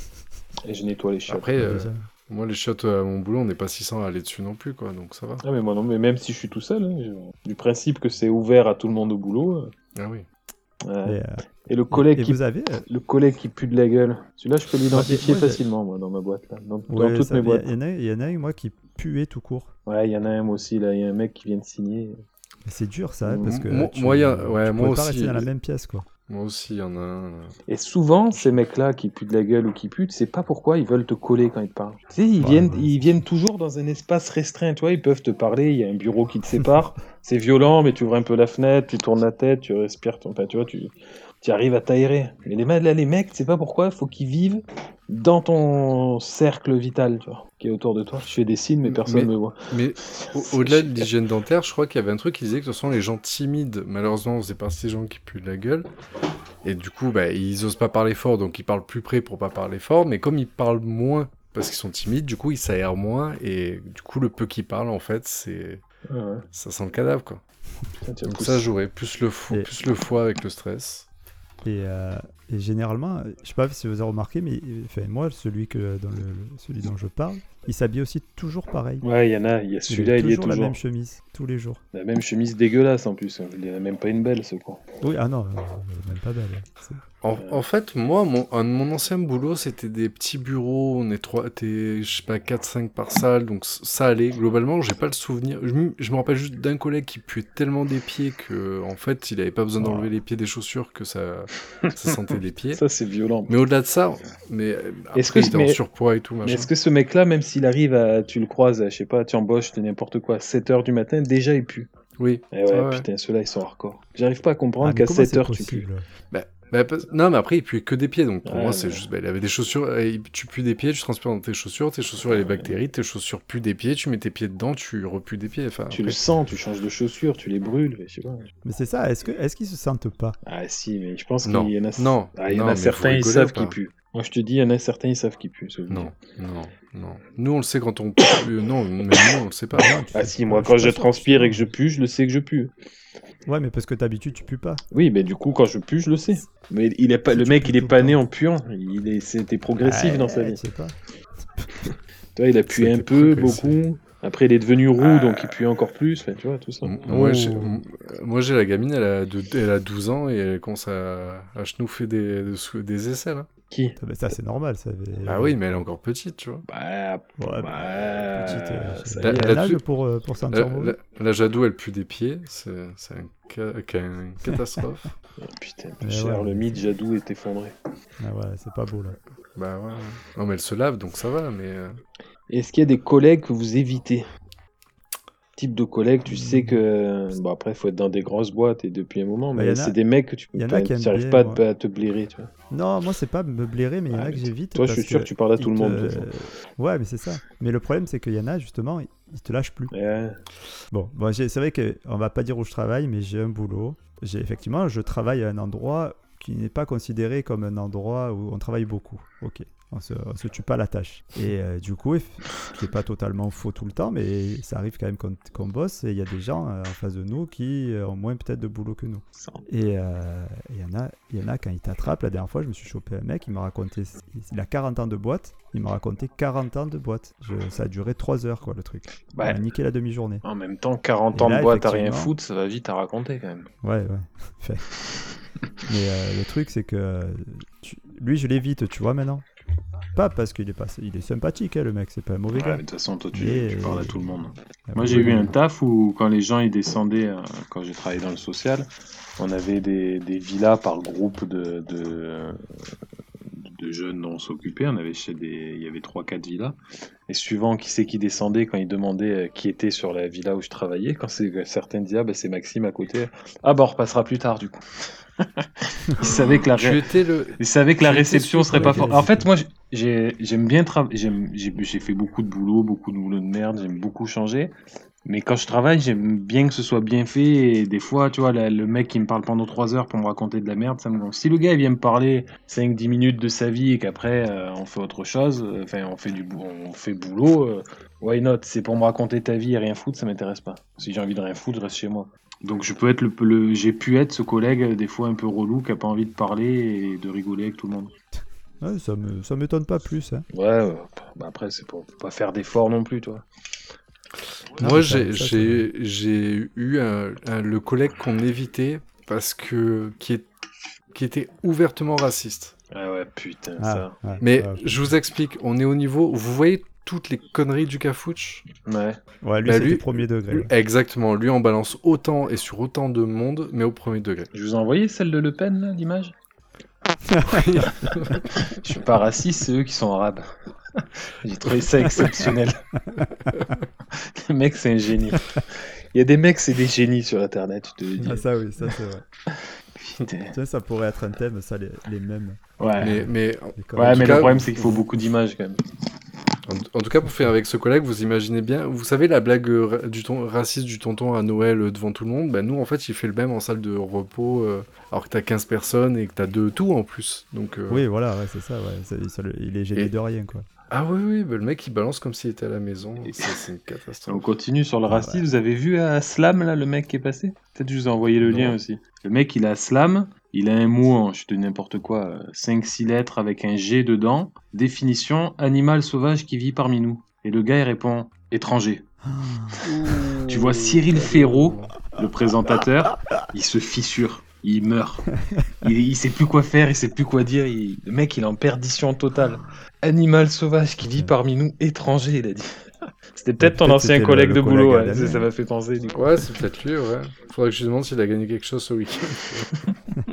et je nettoie les chiottes. Après, Ouais, euh, déjà. moi les chiottes à mon boulot, on n'est pas six cents à aller dessus non plus, quoi, donc ça va. Ah, mais moi non, mais même si je suis tout seul, hein, je- du principe que c'est ouvert à tout le monde au boulot. euh, Ah oui. euh, Et, euh, et le et- collègue et qui vous avez. euh, le collègue qui pue de la gueule, celui-là, je peux l'identifier moi, j'ai- facilement, moi, dans ma boîte, là, dans, dans ouais, toutes ça- mes Il y, boîtes. a- il y en a- il y en a un, moi, qui puait tout court. Ouais, il y en a un moi aussi, là, il y a un mec qui vient de signer. Mais c'est dur, ça, hein, parce que. Mo- tu, moi, il y a- ouais, tu moi pourrais pas aussi, rester dans la les- même pièce, quoi. Moi aussi, il y en a un. euh. Et souvent, ces mecs-là qui puent de la gueule ou qui puent, tu sais pas pourquoi ils veulent te coller quand ils te parlent. Tu sais, ils, Ouais, viennent, ouais, ils c'est- viennent toujours dans un espace restreint, tu vois, ils peuvent te parler, il y a un bureau qui te sépare, c'est violent, mais tu ouvres un peu la fenêtre, tu tournes la tête, tu respires, ton... enfin, tu vois, tu, tu arrives à t'aérer. Mais les, mecs- là, les mecs, tu sais pas pourquoi, il faut qu'ils vivent dans ton cercle vital, tu vois, qui est autour de toi. Je fais des signes, mais personne ne Mais- me voit. Mais au- au-delà de l'hygiène dentaire, je crois qu'il y avait un truc qui disait que de toute façon, les gens timides, malheureusement, c'est pas ces gens qui puent de la gueule. Et du coup, bah, ils osent pas parler fort, donc ils parlent plus près pour pas parler fort. Mais comme ils parlent moins parce qu'ils sont timides, du coup, ils s'aèrent moins. Et du coup, le peu qu'ils parlent, en fait, c'est Ouais, ouais. ça sent le cadavre, quoi. Putain, tu as Donc poussé. ça jouerait plus le, fou, Et- plus le foie avec le stress. Et, euh, et généralement, je sais pas si vous avez remarqué, mais enfin, moi, celui, que, dans le, le- celui dont je parle, il s'habille aussi toujours pareil. Ouais, il y en a, il y a celui-là, il y est toujours la toujours. même chemise, tous les jours. La même chemise dégueulasse en plus, il en a même pas une belle, ce con. Oui, ah non, euh, même pas belle. C'est- En, en fait, moi, mon, un de mon ancien boulot, c'était des petits bureaux, on est trois, t'es, je sais pas, quatre cinq par salle, donc c- ça allait. Globalement, j'ai pas le souvenir. Je, me- je me rappelle juste d'un collègue qui puait tellement des pieds que, en fait, il avait pas besoin d'enlever les pieds des chaussures que ça, ça sentait des pieds. Ça, c'est violent. Mais au-delà de ça, mais euh, après, Est-ce que il c'est- était en mais- surpoids et tout, Mais machin. est-ce que ce mec-là, même s'il arrive à. Tu le croises, à, je sais pas, tu embauches, t'es n'importe quoi, à sept heures du matin, déjà il pue. Oui. Eh ouais, Ouais, ouais. putain, ceux-là, ils sont hardcore. J'arrive pas à comprendre Ah, mais qu'à comment sept c'est heures, tu pues. possible Bah, bah, pas- non, mais après, il puait que des pieds, donc pour Ouais, moi, c'est mais- juste, bah, il avait des chaussures, euh, il- tu pues des pieds, tu transpires dans tes chaussures, tes chaussures, il y a les bactéries, tes chaussures puent des pieds, tu mets tes pieds dedans, tu repues des pieds, enfin. Tu le après- sens, tu changes de chaussures, tu les brûles, je sais pas. Mais c'est ça, est-ce que est-ce qu'ils se sentent pas? Ah si, mais je pense qu'il Non, y en a, non, ah, il y en non, a mais certains, vous ils rigolez savent ou pas qu'ils puent. Moi, je te dis, il y en a certains, ils savent qu'ils puent. ça veut Non, dire. non, non. Nous, on le sait quand on pue. euh, non, mais nous, on le sait pas. Non, tu Ah sais si, pas, moi, je quand suis je pas sûr, transpire et que je justement. pue, je le sais que je pue. Ouais, mais parce que d'habitude, tu pues pas. Oui, mais du coup, quand je pue, je le sais. Mais il est pas, Si le tu mec, pues il est tout le pas né temps. en puant. Il est, c'était progressif Ouais, dans sa vie. Je sais pas. Tu vois, il a pué un C'était peu, progressif. beaucoup. Après, il est devenu roux, Ah. donc il pue encore plus. Enfin, tu vois, tout ça. M- Moi, Oh. j'ai, m- moi, j'ai la gamine, elle a, de- elle a douze ans et elle commence à, à chenouffer des, des, des aisselles. hein. Qui Ah, bah, ça, c'est normal. Ça, Ah oui, mais elle est encore petite, tu vois. Bah, Ouais, bah, petite, euh, ça Là, y est. il y a là, un âge tu- pour, euh, pour La, sentir mauvais. la, la Jadot, elle pue des pieds, c'est, c'est un, ca- ca- une catastrophe. Oh, putain, Ouais, cher, ouais, le mais mythe c'est- Jadou est effondré. Ah ouais, c'est pas beau là. Bah ouais. ouais. Non, mais elle se lave, donc ça va, mais... euh, Est-ce qu'il y a des collègues que vous évitez type de collègue, tu sais que. Bon, après, il faut être dans des grosses boîtes et depuis un moment, Bah, mais y en a- c'est des mecs que tu peux y en pas. a qui aiment Tu n'arrives bien, pas à, moi. te- à te blairer, tu vois. Non, moi, c'est pas me blairer, mais il y en Ouais, a mais que j'évite. toi, je parce suis sûr que tu parles à tout ils le monde, te- de toute façon. Ouais, mais c'est ça. Mais le problème, c'est qu'il y en a, justement, ils ils te lâchent plus. Ouais. Bon, bon j'ai- c'est vrai qu'on va pas dire où je travaille, mais j'ai un boulot. J'ai effectivement, je travaille à un endroit qui n'est pas considéré comme un endroit où on travaille beaucoup. Ok, on se, on se tue pas la tâche. Et euh, du coup, ce qui n'est pas totalement faux tout le temps, mais ça arrive quand même qu'on, qu'on bosse et il y a des gens euh, en face de nous qui euh, ont moins peut-être de boulot que nous. Ça. Et euh, il y en a, il y en a quand ils t'attrapent. La dernière fois, je me suis chopé un mec, il m'a raconté, il a quarante ans de boîte, il m'a raconté quarante ans de boîte. Je- ça a duré trois heures, quoi, le truc. Il Ouais. m'a niqué la demi-journée. En même temps, quarante Et ans là, de boîte à rien effectivement- foutre, ça va vite à raconter quand même. Ouais, ouais. Fait. Mais euh, le truc, c'est que euh, tu- lui, je l'évite, tu vois, maintenant. Pas parce qu'il est, pas... il est sympathique, hein, le mec, c'est pas un mauvais Ouais, mais gars. de toute façon, toi, tu, Mais- tu parles à tout le monde. Ah, Moi, oui, j'ai oui, eu un oui. taf où, quand les gens ils descendaient, euh, quand j'ai travaillé dans le social, on avait des, des villas par groupe de, de, de jeunes dont on s'occupait. On avait chez des, il y avait trois, quatre villas. Et suivant qui c'est qui descendait, quand ils demandaient euh, qui était sur la villa où je travaillais, quand c'est, certains disaient, ah, bah, c'est Maxime à côté. Ah, bah, on repassera plus tard, du coup. Ils savaient que la, Tu ré- étais le. ils savaient que la tu étais réception celui serait qu'on pas avait forte. hésité. En fait, moi, j'ai, j'aime bien travailler. J'aime, j'ai, j'ai fait beaucoup de boulot, beaucoup de boulot de merde. J'aime beaucoup changer. Mais quand je travaille, j'aime bien que ce soit bien fait. Et des fois, tu vois, la- le mec qui me parle pendant trois heures pour me raconter de la merde, ça me gonfle. Si le gars il vient me parler cinq dix minutes de sa vie et qu'après euh, on fait autre chose, euh, enfin on fait du bou- on fait boulot, euh, why not? C'est pour me raconter ta vie et rien foutre, ça m'intéresse pas. Si j'ai envie de rien foutre, je reste chez moi. Donc je peux être le, le- j'ai pu être ce collègue euh, des fois un peu relou qui a pas envie de parler et de rigoler avec tout le monde. Ouais, ça me, ça m'étonne pas plus. Hein. Ouais, euh, bah après c'est pour pas faire d'efforts non plus, toi. Non, Moi, mais ça- j'ai ça, j'ai- j'ai eu un- un- le collègue qu'on évitait parce que qui, est, qui était ouvertement raciste. Ah ouais, putain, Ah, ça. ouais, Mais ouais, je vous explique, on est au niveau. Vous voyez toutes les conneries du Cafouche? Ouais. ouais, lui, Bah, c'était lui- premier degré. Lui- ouais. Exactement, lui en balance autant et sur autant de monde, mais au premier degré. Je vous ai envoyé celle de Le Pen, là, l'image? Je suis pas raciste, c'est eux qui sont arabes. J'ai trouvé ça exceptionnel. Le mec, c'est un génie. Il y a des mecs, c'est des génies sur Internet, je te le dis. Ah, ça, oui, ça, c'est vrai. Putain. Tu sais, ça pourrait être un thème, ça, les, les mêmes. Ouais, Mais, mais Les ouais conneries. mais cas, le problème, vous- c'est qu'il faut beaucoup d'images, quand même. en, en tout cas, pour faire avec ce collègue, vous imaginez bien, vous savez la blague euh, ra- du ton, raciste du tonton à Noël euh, devant tout le monde? Bah nous, en fait, il fait le même en salle de repos, euh, alors que t'as quinze personnes et que t'as deux tout en plus. Donc, euh, Oui, voilà, ouais, c'est ça, ouais. Ça- ça le- il est gêné Et- de rien, quoi. Ah oui, oui, bah, le mec, il balance comme s'il était à la maison. C'est c'est une On catastrophe. continue sur le Ah, racisme. ouais. Vous avez vu à Slam, là, le mec qui est passé? Peut-être je vous ai envoyé le Non. lien aussi. Le mec, il a Slam. Il a un mot, en, je te dis n'importe quoi, cinq six lettres avec un G dedans. Définition, animal sauvage qui vit parmi nous. Et le gars, il répond, étranger. Tu vois Cyril Ferraud, le présentateur, il se fissure, il meurt. Il, il sait plus quoi faire, il sait plus quoi dire. il- Le mec, il est en perdition totale. Animal sauvage qui vit parmi nous, étranger, il a dit. C'était peut-être ton peut-être ancien c'était le- collègue le de boulot, collègue ouais, Adamien. ça ça m'a fait penser du coup. Ouais, c'est peut-être lui, ouais. Faudrait que je lui demande s'il a gagné quelque chose ce week-end.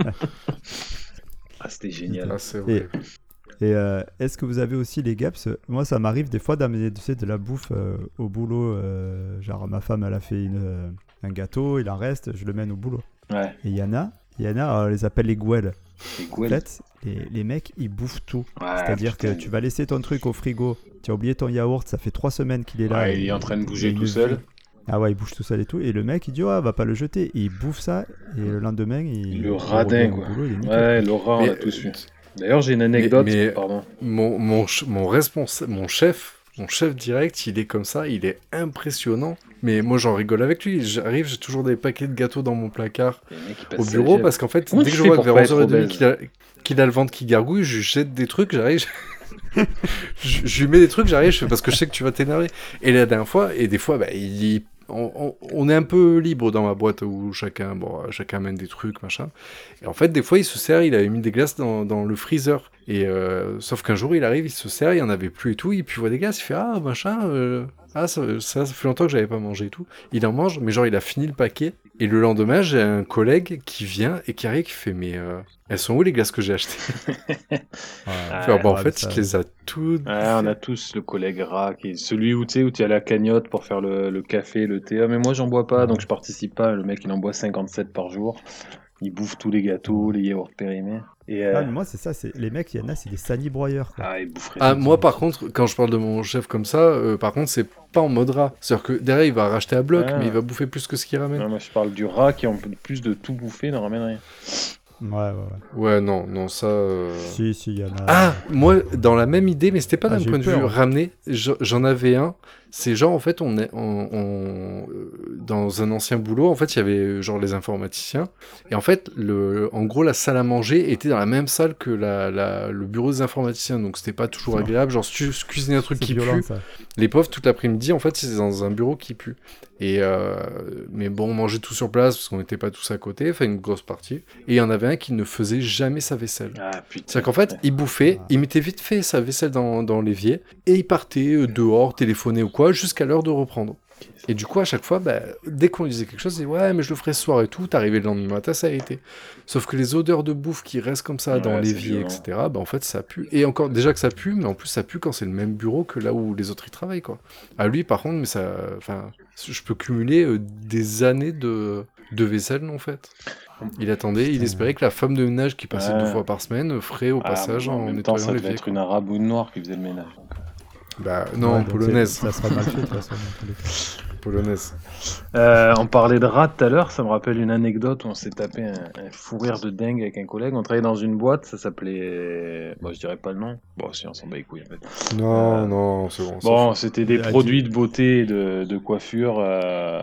Ah, c'était génial. Ah, c'est vrai. Et euh, est-ce que vous avez aussi les gaps? Moi, ça m'arrive des fois d'amener, tu sais, de la bouffe euh, au boulot. euh, genre, ma femme, elle a fait une, euh, un gâteau, il en reste, je le mène au boulot. Ouais, Et il y en a, il y en a, on les appelle les gouelles. c'est En cool. fait, les, les mecs, ils bouffent tout. Ouais, C'est-à-dire que putain. tu vas laisser ton truc au frigo, tu as oublié ton yaourt, ça fait trois semaines qu'il est là. Ouais, et- il est en train de il bouger a une tout seul. vie. Ah ouais, il bouge tout seul et tout. Et le mec, il dit, ouais, va pas le jeter. Et il bouffe ça, et le lendemain, il. Le il radin, revient au quoi. boulot, il est nickel. Ouais, Laura, on Mais, l'a tous vu. D'ailleurs, j'ai une anecdote. mais- Pardon. Mon, mon, ch- mon responsable, mon chef, mon chef direct, il est comme ça, il est impressionnant. Mais moi, j'en rigole avec lui. J'arrive, j'ai toujours des paquets de gâteaux dans mon placard Il y a un mec qui passe au sa bureau vie à- parce qu'en fait, Comment dès tu que je fais vois pour que vers pas onze heures être trente obèse qu'il a, qu'il a le ventre qui gargouille, je lui jette des trucs, j'arrive. je, je lui mets des trucs, j'arrive, je fais parce que je sais que tu vas t'énerver. Et la dernière fois, et des fois, bah, il, on, on, on est un peu libre dans ma boîte où chacun, bon, chacun amène des trucs, machin. Et en fait, des fois, il se sert, il avait mis des glaces dans, dans le freezer. Et euh, sauf qu'un jour, il arrive, il se sert, il n'y en avait plus et tout, et puis il voit des glaces, il fait ah machin, euh, ah ça, ça, ça fait longtemps que j'avais pas mangé et tout. Il en mange, mais genre il a fini le paquet. Et le lendemain, j'ai un collègue qui vient et qui arrive, qui fait mais euh, elles sont où les glaces que j'ai achetées? Ouais. Enfin, bah, en ouais, fait, ça- il te les a tout. Ouais, on a tous le collègue rat, qui est celui où tu sais, où tu as la cagnotte pour faire le, le café, le thé. Ah, mais moi, j'en bois pas, donc je participe pas. Le mec, il en boit cinquante-sept par jour. Il bouffe tous les gâteaux, les yaourts périmés. Et, euh, Ah, mais moi, c'est ça, c'est... les mecs, il y en a, c'est des sani-broyeurs. Quoi. ah, il boufferait Ah, tout. moi, par contre, quand je parle de mon chef comme ça, euh, par contre, c'est pas en mode rat. C'est-à-dire que derrière, il va racheter à bloc, Ah. mais il va bouffer plus que ce qu'il ramène. Non, moi, je parle du rat qui, en plus de tout bouffer, n'en ramène rien. Ouais, ouais, ouais. Ouais, non, non, ça. euh, Si, si, il y en a. Ah, moi, dans la même idée, mais c'était pas Ah, d'un j'ai point eu de vue peur. ramené. je- J'en avais un. C'est genre, en fait, on est on, on- euh, dans un ancien boulot, en fait, il y avait euh, genre les informaticiens. Et en fait, le, en gros, la salle à manger était dans la même salle que la, la- le bureau des informaticiens. Donc, c'était pas toujours agréable. Genre, si tu cuisines un truc C'est qui violent, pue, ça. les pauvres, toute l'après-midi, en fait, c'est dans un bureau qui pue. Et euh, mais bon, on mangeait tout sur place parce qu'on n'était pas tous à côté, enfin une grosse partie. Et il y en avait un qui ne faisait jamais sa vaisselle. Ah, putain. C'est-à-dire qu'en fait, il bouffait, Ah. il mettait vite fait sa vaisselle dans, dans l'évier, et il partait euh, dehors, téléphoner ou quoi, jusqu'à l'heure de reprendre. Et du coup, à chaque fois, bah, dès qu'on lui disait quelque chose, il disait « Ouais, mais je le ferai ce soir et tout », t'arrivais le lendemain matin, ça a été. Sauf que les odeurs de bouffe qui restent comme ça Ouais, dans c'est l'évier, violent. et cetera, bah, en fait, ça pue. Et encore, déjà que ça pue, mais en plus, ça pue quand c'est le même bureau que là où les autres y travaillent, quoi. À lui, par contre, mais ça... Enfin, je peux cumuler euh, des années de... de vaisselle non faite. Il attendait, il Putain. espérait que la femme de ménage qui passait Ouais. deux fois par semaine ferait au Ah, passage mais en en même temps, nettoyant ça devait l'évier. être une arabe ou une noire qui faisait le ménage. donc, euh. Bah non, Ouais, donc polonaise. c'est- Ça sera mal fait, de toute façon. dans tous les cas. Polonaise. Euh, on parlait de rats tout à l'heure, ça me rappelle une anecdote où on s'est tapé un, un fou rire de dingue avec un collègue. On travaillait dans une boîte, ça s'appelait... Bon, je dirais pas le nom. Bon, si, on s'en bat les couilles, en fait. Non, Euh, non, c'est bon. Bon, c'était des Ah, produits de beauté, et de, de coiffure euh,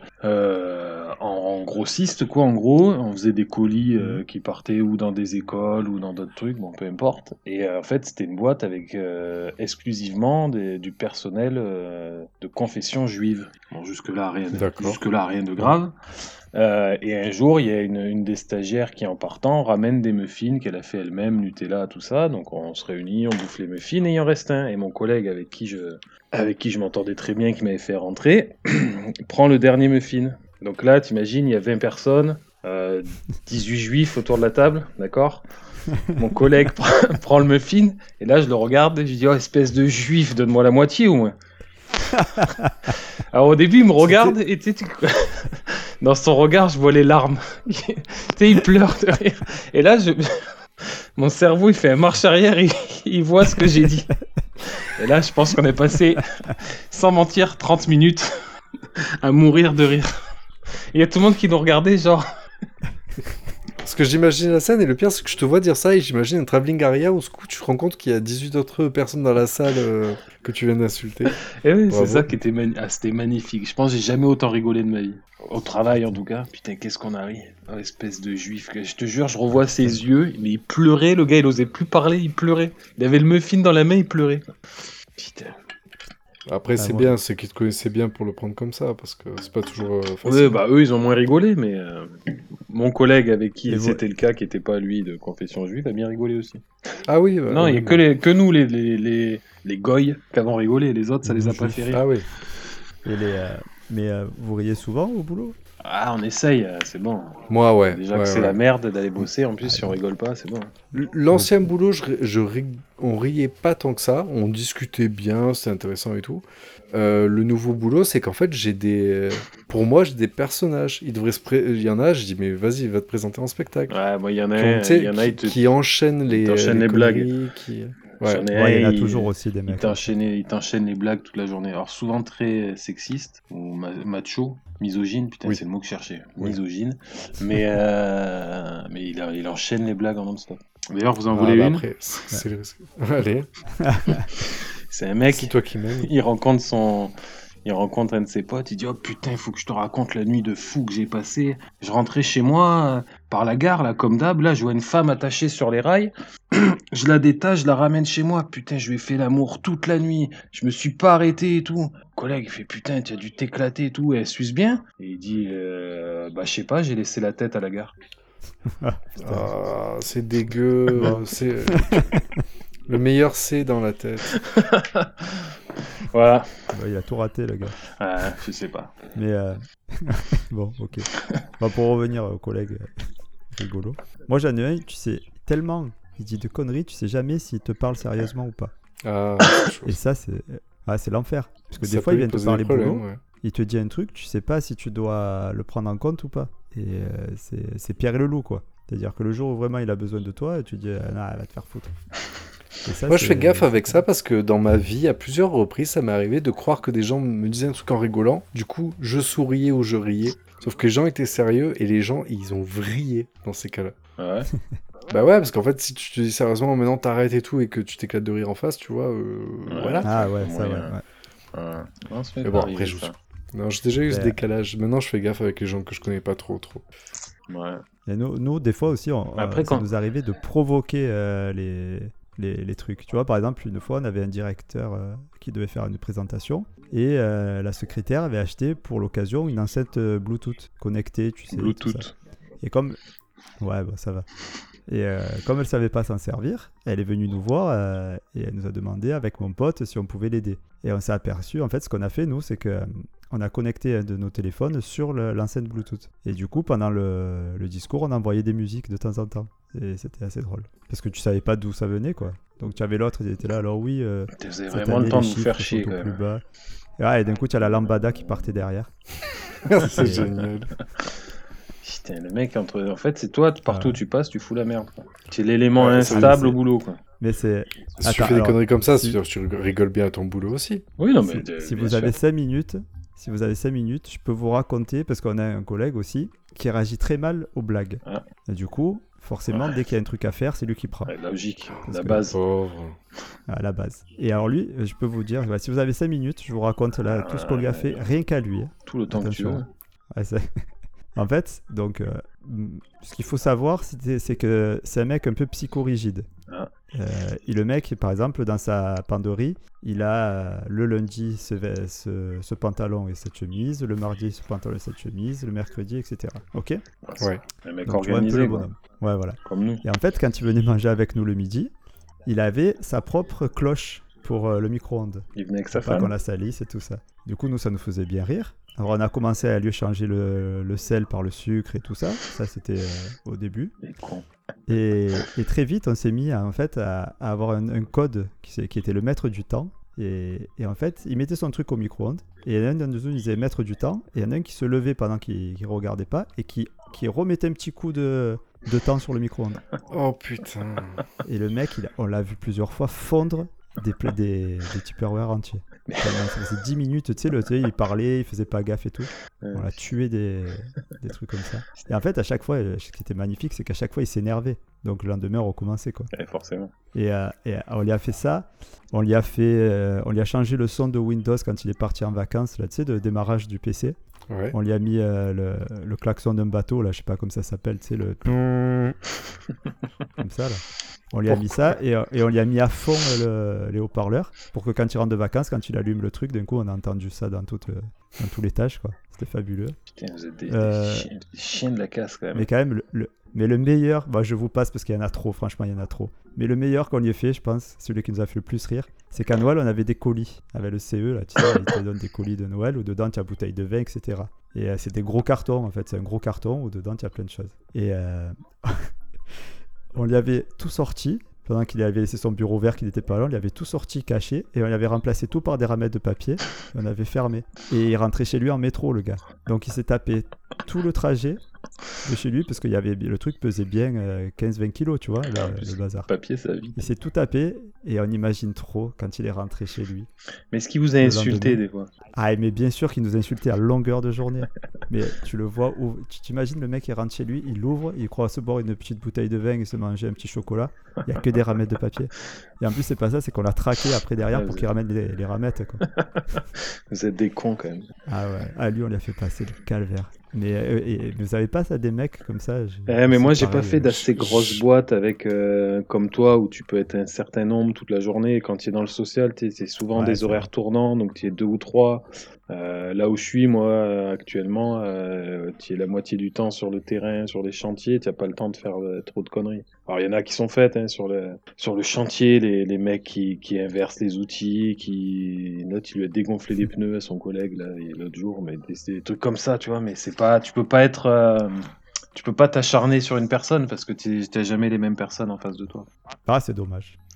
euh, en, en grossiste, quoi, en gros. On faisait des colis euh, qui partaient ou dans des écoles ou dans d'autres trucs, bon, peu importe. Et euh, en fait, c'était une boîte avec euh, exclusivement des- du personnel euh, de confession juive. Bon, jusque-là, rien, de- D'accord. jusque-là, rien de grave. Euh, et un jour, il y a une, une des stagiaires qui, en partant, ramène des muffins qu'elle a fait elle-même, Nutella, tout ça. Donc on se réunit, on bouffe les muffins et il en reste un. Et mon collègue avec qui je, avec qui je m'entendais très bien, qui m'avait fait rentrer, prend le dernier muffin. Donc là, t'imagines, il y a vingt personnes, euh, dix-huit juifs autour de la table, d'accord? Mon collègue prend, prend le muffin et là, je le regarde et je dis, oh, espèce de juif, donne-moi la moitié au moins. Alors au début, il me regarde et tu sais, tu- dans son regard, je vois les larmes. Tu sais, il pleure de rire. Et là, je... mon cerveau, il fait un marche arrière, il... il voit ce que j'ai dit. Et là, je pense qu'on est passé, sans mentir, trente minutes à mourir de rire. Il y a tout le monde qui nous regardait, genre... Parce que j'imagine la scène, et le pire, c'est que je te vois dire ça, et j'imagine un travelling arrière où ce coup, tu te rends compte qu'il y a dix-huit autres personnes dans la salle euh, que tu viens d'insulter. Et oui, Bravo. c'est ça qui était, mani- ah, c'était magnifique. Je pense que j'ai jamais autant rigolé de ma vie. Au travail, en tout cas. Putain, qu'est-ce qu'on a ri. Oh, espèce de juif. Je te jure, je revois ses yeux, mais il pleurait, le gars, il osait plus parler, il pleurait. Il avait le muffin dans la main, il pleurait. Putain. Après, Ah, c'est ouais. bien, c'est qu'ils te connaissaient bien pour le prendre comme ça, parce que c'est pas toujours euh, facile. Ouais, bah eux, ils ont moins rigolé, mais euh, mon collègue avec qui Et vous- c'était le cas, qui était pas lui de confession juive, a bien rigolé aussi. Ah oui, bah, non, il y a oui, que, les, que nous, les, les, les, les goys, qui avons rigolé, les autres, ça les a Les pas juifs. fait rire. Ah oui. Et les, euh, Mais euh, vous riez souvent au boulot? Ah, on essaye, euh, c'est bon. Moi, ouais. Déjà ouais, que c'est ouais. la merde d'aller bosser, en plus, si on rigole pas, c'est bon. L- L'ancien boulot, je, ri- je ri- on riait pas tant que ça, on discutait bien, c'était intéressant et tout. Euh, le nouveau boulot, c'est qu'en fait, j'ai des... Pour moi, j'ai des personnages. Il devrait se pré- Il y en a, je dis, mais vas-y, va te présenter en spectacle. Ouais, moi, il y en a Qui ont- un, tu sais, il y en a, qui, il te... qui enchaînent les, t'enchaînent les conneries, Qui... Ouais. J'en ai Ouais, il y en un, a toujours aussi des Il mecs. t'enchaîne, il t'enchaîne les blagues toute la journée. Alors souvent très sexiste ou ma- macho, misogyne, putain Oui. c'est le mot que je cherchais, Oui. misogyne. Mais euh, mais il, a- il enchaîne les blagues en non-stop. D'ailleurs vous en Ah, voulez bah une? après, c'est c'est le risque. Allez, C'est un mec, c'est toi qui m'aimes. il rencontre son, il rencontre un de ses potes, il dit oh putain il faut que je te raconte la nuit de fou que j'ai passée. Je rentrais chez moi euh, par la gare là comme d'hab, là je vois une femme attachée sur les rails. Je la détache, je la ramène chez moi. Putain, je lui ai fait l'amour toute la nuit. Je me suis pas arrêté et tout. Le collègue, il fait putain, tu as dû t'éclater et tout. Et elle suce bien. Et il dit, euh, bah, je sais pas, j'ai laissé la tête à la gare. Ah, c'est dégueu. Bon. c'est... Le meilleur c'est dans la tête. Voilà. Ouais, il a tout raté, le gars. Euh, je sais pas. Mais euh, bon, ok. Bah, pour revenir au collègue euh, rigolo. Moi, j'en ai un, tu sais, tellement il dit de conneries, tu sais jamais s'il te parle sérieusement ou pas. Ah, c'est chaud. Et ça, c'est ah, c'est l'enfer. Parce que Ça des fois, peut il lui vient te poser parler des problèmes, boulot, ouais. il te dit un truc, tu sais pas si tu dois le prendre en compte ou pas. Et euh, c'est, c'est Pierre et le loup, quoi. C'est-à-dire que le jour où vraiment il a besoin de toi, tu dis, ah, non, elle va te faire foutre. Et ça, Moi, je c'est- fais gaffe avec c'est- ça parce que dans ma vie, à plusieurs reprises, ça m'est arrivé de croire que des gens me disaient un truc en rigolant. Du coup, je souriais ou je riais. Sauf que les gens étaient sérieux et les gens, ils ont vrillé dans ces cas-là. Ouais. Bah ouais, parce qu'en fait, si tu te dis sérieusement, maintenant t'arrêtes et tout et que tu t'éclates de rire en face, tu vois, euh, Ouais. voilà. Ah c'est ouais, un peu ça, ouais. moyen. ouais. Ouais. Non, ça m'est Mais pas bon, arrivé, après, je ça. Non, j'ai déjà eu ce Ouais. décalage. Maintenant, je fais gaffe avec les gens que je connais pas trop, trop. Ouais. Et nous, nous, des fois aussi, on, Après, euh, ça quand- nous arrivait de provoquer euh, les, les, les trucs. Tu vois, par exemple, une fois, on avait un directeur euh, qui devait faire une présentation et euh, la secrétaire avait acheté pour l'occasion une enceinte euh, Bluetooth connectée, tu sais. tout ça. Bluetooth. Et comme... Ouais, bah, ça va. Et euh, comme elle savait pas s'en servir, elle est venue nous voir euh, et elle nous a demandé avec mon pote si on pouvait l'aider. Et on s'est aperçu, en fait, ce qu'on a fait, nous, c'est que euh, on a connecté un de nos téléphones sur le- l'enceinte Bluetooth. Et du coup, pendant le, le discours, on envoyait des musiques de temps en temps. Et c'était assez drôle. Parce que tu savais pas d'où ça venait, quoi. Donc tu avais l'autre, il était là, alors oui, euh, Vous avez cette vraiment année, le temps les de vous faire chiffres chier, sont au quand plus même. bas. Et, ouais, et d'un coup, tu as la lambada qui partait derrière. C'est Et- génial. Putain, le mec, entre... en fait, c'est toi, partout Ouais. où tu passes, tu fous la merde. quoi. C'est l'élément Ouais, ça, instable c'est- au boulot, quoi. Mais c'est... Si tu Attends, fais des alors, conneries comme ça, si- c'est sûr que tu rigoles bien à ton boulot aussi. Oui, non, si, mais. euh, si bien vous sûr. avez cinq minutes, si vous avez cinq minutes, je peux vous raconter, parce qu'on a un collègue aussi, qui réagit très mal aux blagues. Ah. Et du coup, forcément, Ouais. dès qu'il y a un truc à faire, c'est lui qui prend, Ouais, logique, Parce la que- base. Pauvre. à la base. Et alors lui, euh, je peux vous dire, bah, si vous avez cinq minutes, je vous raconte là, tout ce qu'on lui a fait, rien qu'à lui. hein. Tout le temps que tu veux. Attention. Ouais, c'est- en fait, donc, euh, mm, ce qu'il faut savoir, c'est c'est que c'est un mec un peu psychorigide. Ah. Euh, et le mec, par exemple, dans sa penderie, il a euh, le lundi ce, ve- ce, ce pantalon et cette chemise, le mardi ce pantalon et cette chemise, le mercredi, et cetera. Ok. Ouais. Un mec Donc tu vois un peu organisé, le quoi. bonhomme. Ouais, voilà. Comme nous. Et en fait, quand il venait manger avec nous le midi, il avait sa propre cloche pour euh, le micro-ondes. Il venait avec sa Faut pas qu'on femme. la salisse et tout ça. Du coup, nous, ça nous faisait bien rire. Alors, on a commencé à lui changer le, le sel par le sucre et tout ça. Ça, c'était euh, au début. Il est con. Et, et très vite, on s'est mis à, en fait, à, à avoir un, un code qui, c'est- qui était le maître du temps. Et, et en fait, il mettait son truc au micro-ondes. Et un de nous disait maître du temps. Et il y en a un qui se levait pendant qu'il ne regardait pas et qui, qui remettait un petit coup de, de temps sur le micro-ondes. Oh putain. Et le mec, il a- on l'a vu plusieurs fois fondre des, pla- des, des Tupperware entiers. Tellement, ça faisait dix minutes, tu sais, le, tu sais, il parlait, il faisait pas gaffe et tout. Ouais. On l'a tué des, des trucs comme ça. Et en fait, à chaque fois, euh, ce qui était magnifique, c'est qu'à chaque fois, il s'énervait. Donc le lendemain, on recommençait, quoi. Ouais, forcément. Et, euh, et, euh, on lui a fait ça. On lui a fait, euh, on lui a changé le son de Windows quand il est parti en vacances, là, tu sais, de démarrage du P C. Ouais. On lui a mis euh, le, le klaxon d'un bateau, là, je sais pas comment ça s'appelle, tu sais, le comme ça, là. On lui a mis ça et, euh, et on lui a mis à fond euh, le- les haut-parleurs pour que quand il rentre de vacances, quand il allume le truc, d'un coup, on a entendu ça dans, toute, euh, dans tout l'étage, quoi. C'était fabuleux. Putain, vous êtes des, Euh, des, chiens, des chiens de la casse, quand même. Mais quand même, le, le- mais le meilleur, bah, je vous passe parce qu'il y en a trop, franchement, il y en a trop. Mais le meilleur qu'on lui ait fait, je pense, celui qui nous a fait le plus rire, c'est qu'à Noël, on avait des colis avec le C E, là, tu sais, ils te donnent des colis de Noël où dedans, tu as bouteille de vin, et cetera. Et euh, c'est des gros cartons, en fait, c'est un gros carton où dedans, tu as plein de choses. Et euh, on lui avait tout sorti. Pendant qu'il avait laissé son bureau vert, qu'il n'était pas là, on lui avait tout sorti, caché, et on lui avait remplacé tout par des ramettes de papier, et on avait fermé. Et il rentrait chez lui en métro, le gars. Donc il s'est tapé tout le trajet de chez lui, parce que y avait, le truc pesait bien euh, quinze vingt kilos, tu vois, le, En plus, le bazar. Papier, ça vite. Il s'est tout tapé, et on imagine trop quand il est rentré chez lui. Mais est-ce qu'il vous a Le insulté, lendemain. des fois? Ah, mais bien sûr qu'il nous insultait à longueur de journée. Mais tu le vois, où, tu t'imagines le mec, il rentre chez lui, il l'ouvre, il croit se boire une petite bouteille de vin et se manger un petit chocolat. Il n'y a que des ramettes de papier. Et en plus, c'est pas ça, c'est qu'on l'a traqué après derrière Ouais, pour vous qu'il ramène les, les ramettes, quoi. Vous êtes des cons, quand même. Ah ouais, à lui, on lui a fait passer le calvaire. Mais euh, et- et vous avez pas ça des mecs comme ça j'ai- Eh, mais c'est moi, j'ai pas pareil, fait euh, d'assez grosses boîtes avec, euh, comme toi, où tu peux être un certain nombre toute la journée. Et quand tu es dans le social, tu c'est souvent Ouais, des c'est horaires vrai. tournants, donc tu es deux ou trois. Euh, là où je suis, moi, euh, actuellement, euh, tu es la moitié du temps sur le terrain, sur les chantiers, tu n'as pas le temps de faire euh, trop de conneries. Alors, il y en a qui sont faites hein, sur, le, sur le chantier, les, les mecs qui, qui inversent les outils, qui. L'autre, il lui a dégonflé les pneus à son collègue là, et l'autre jour, mais des, des trucs comme ça, tu vois, mais c'est pas. Tu peux pas être. euh, Tu peux pas t'acharner sur une personne parce que tu n'as jamais les mêmes personnes en face de toi. Ah, c'est dommage.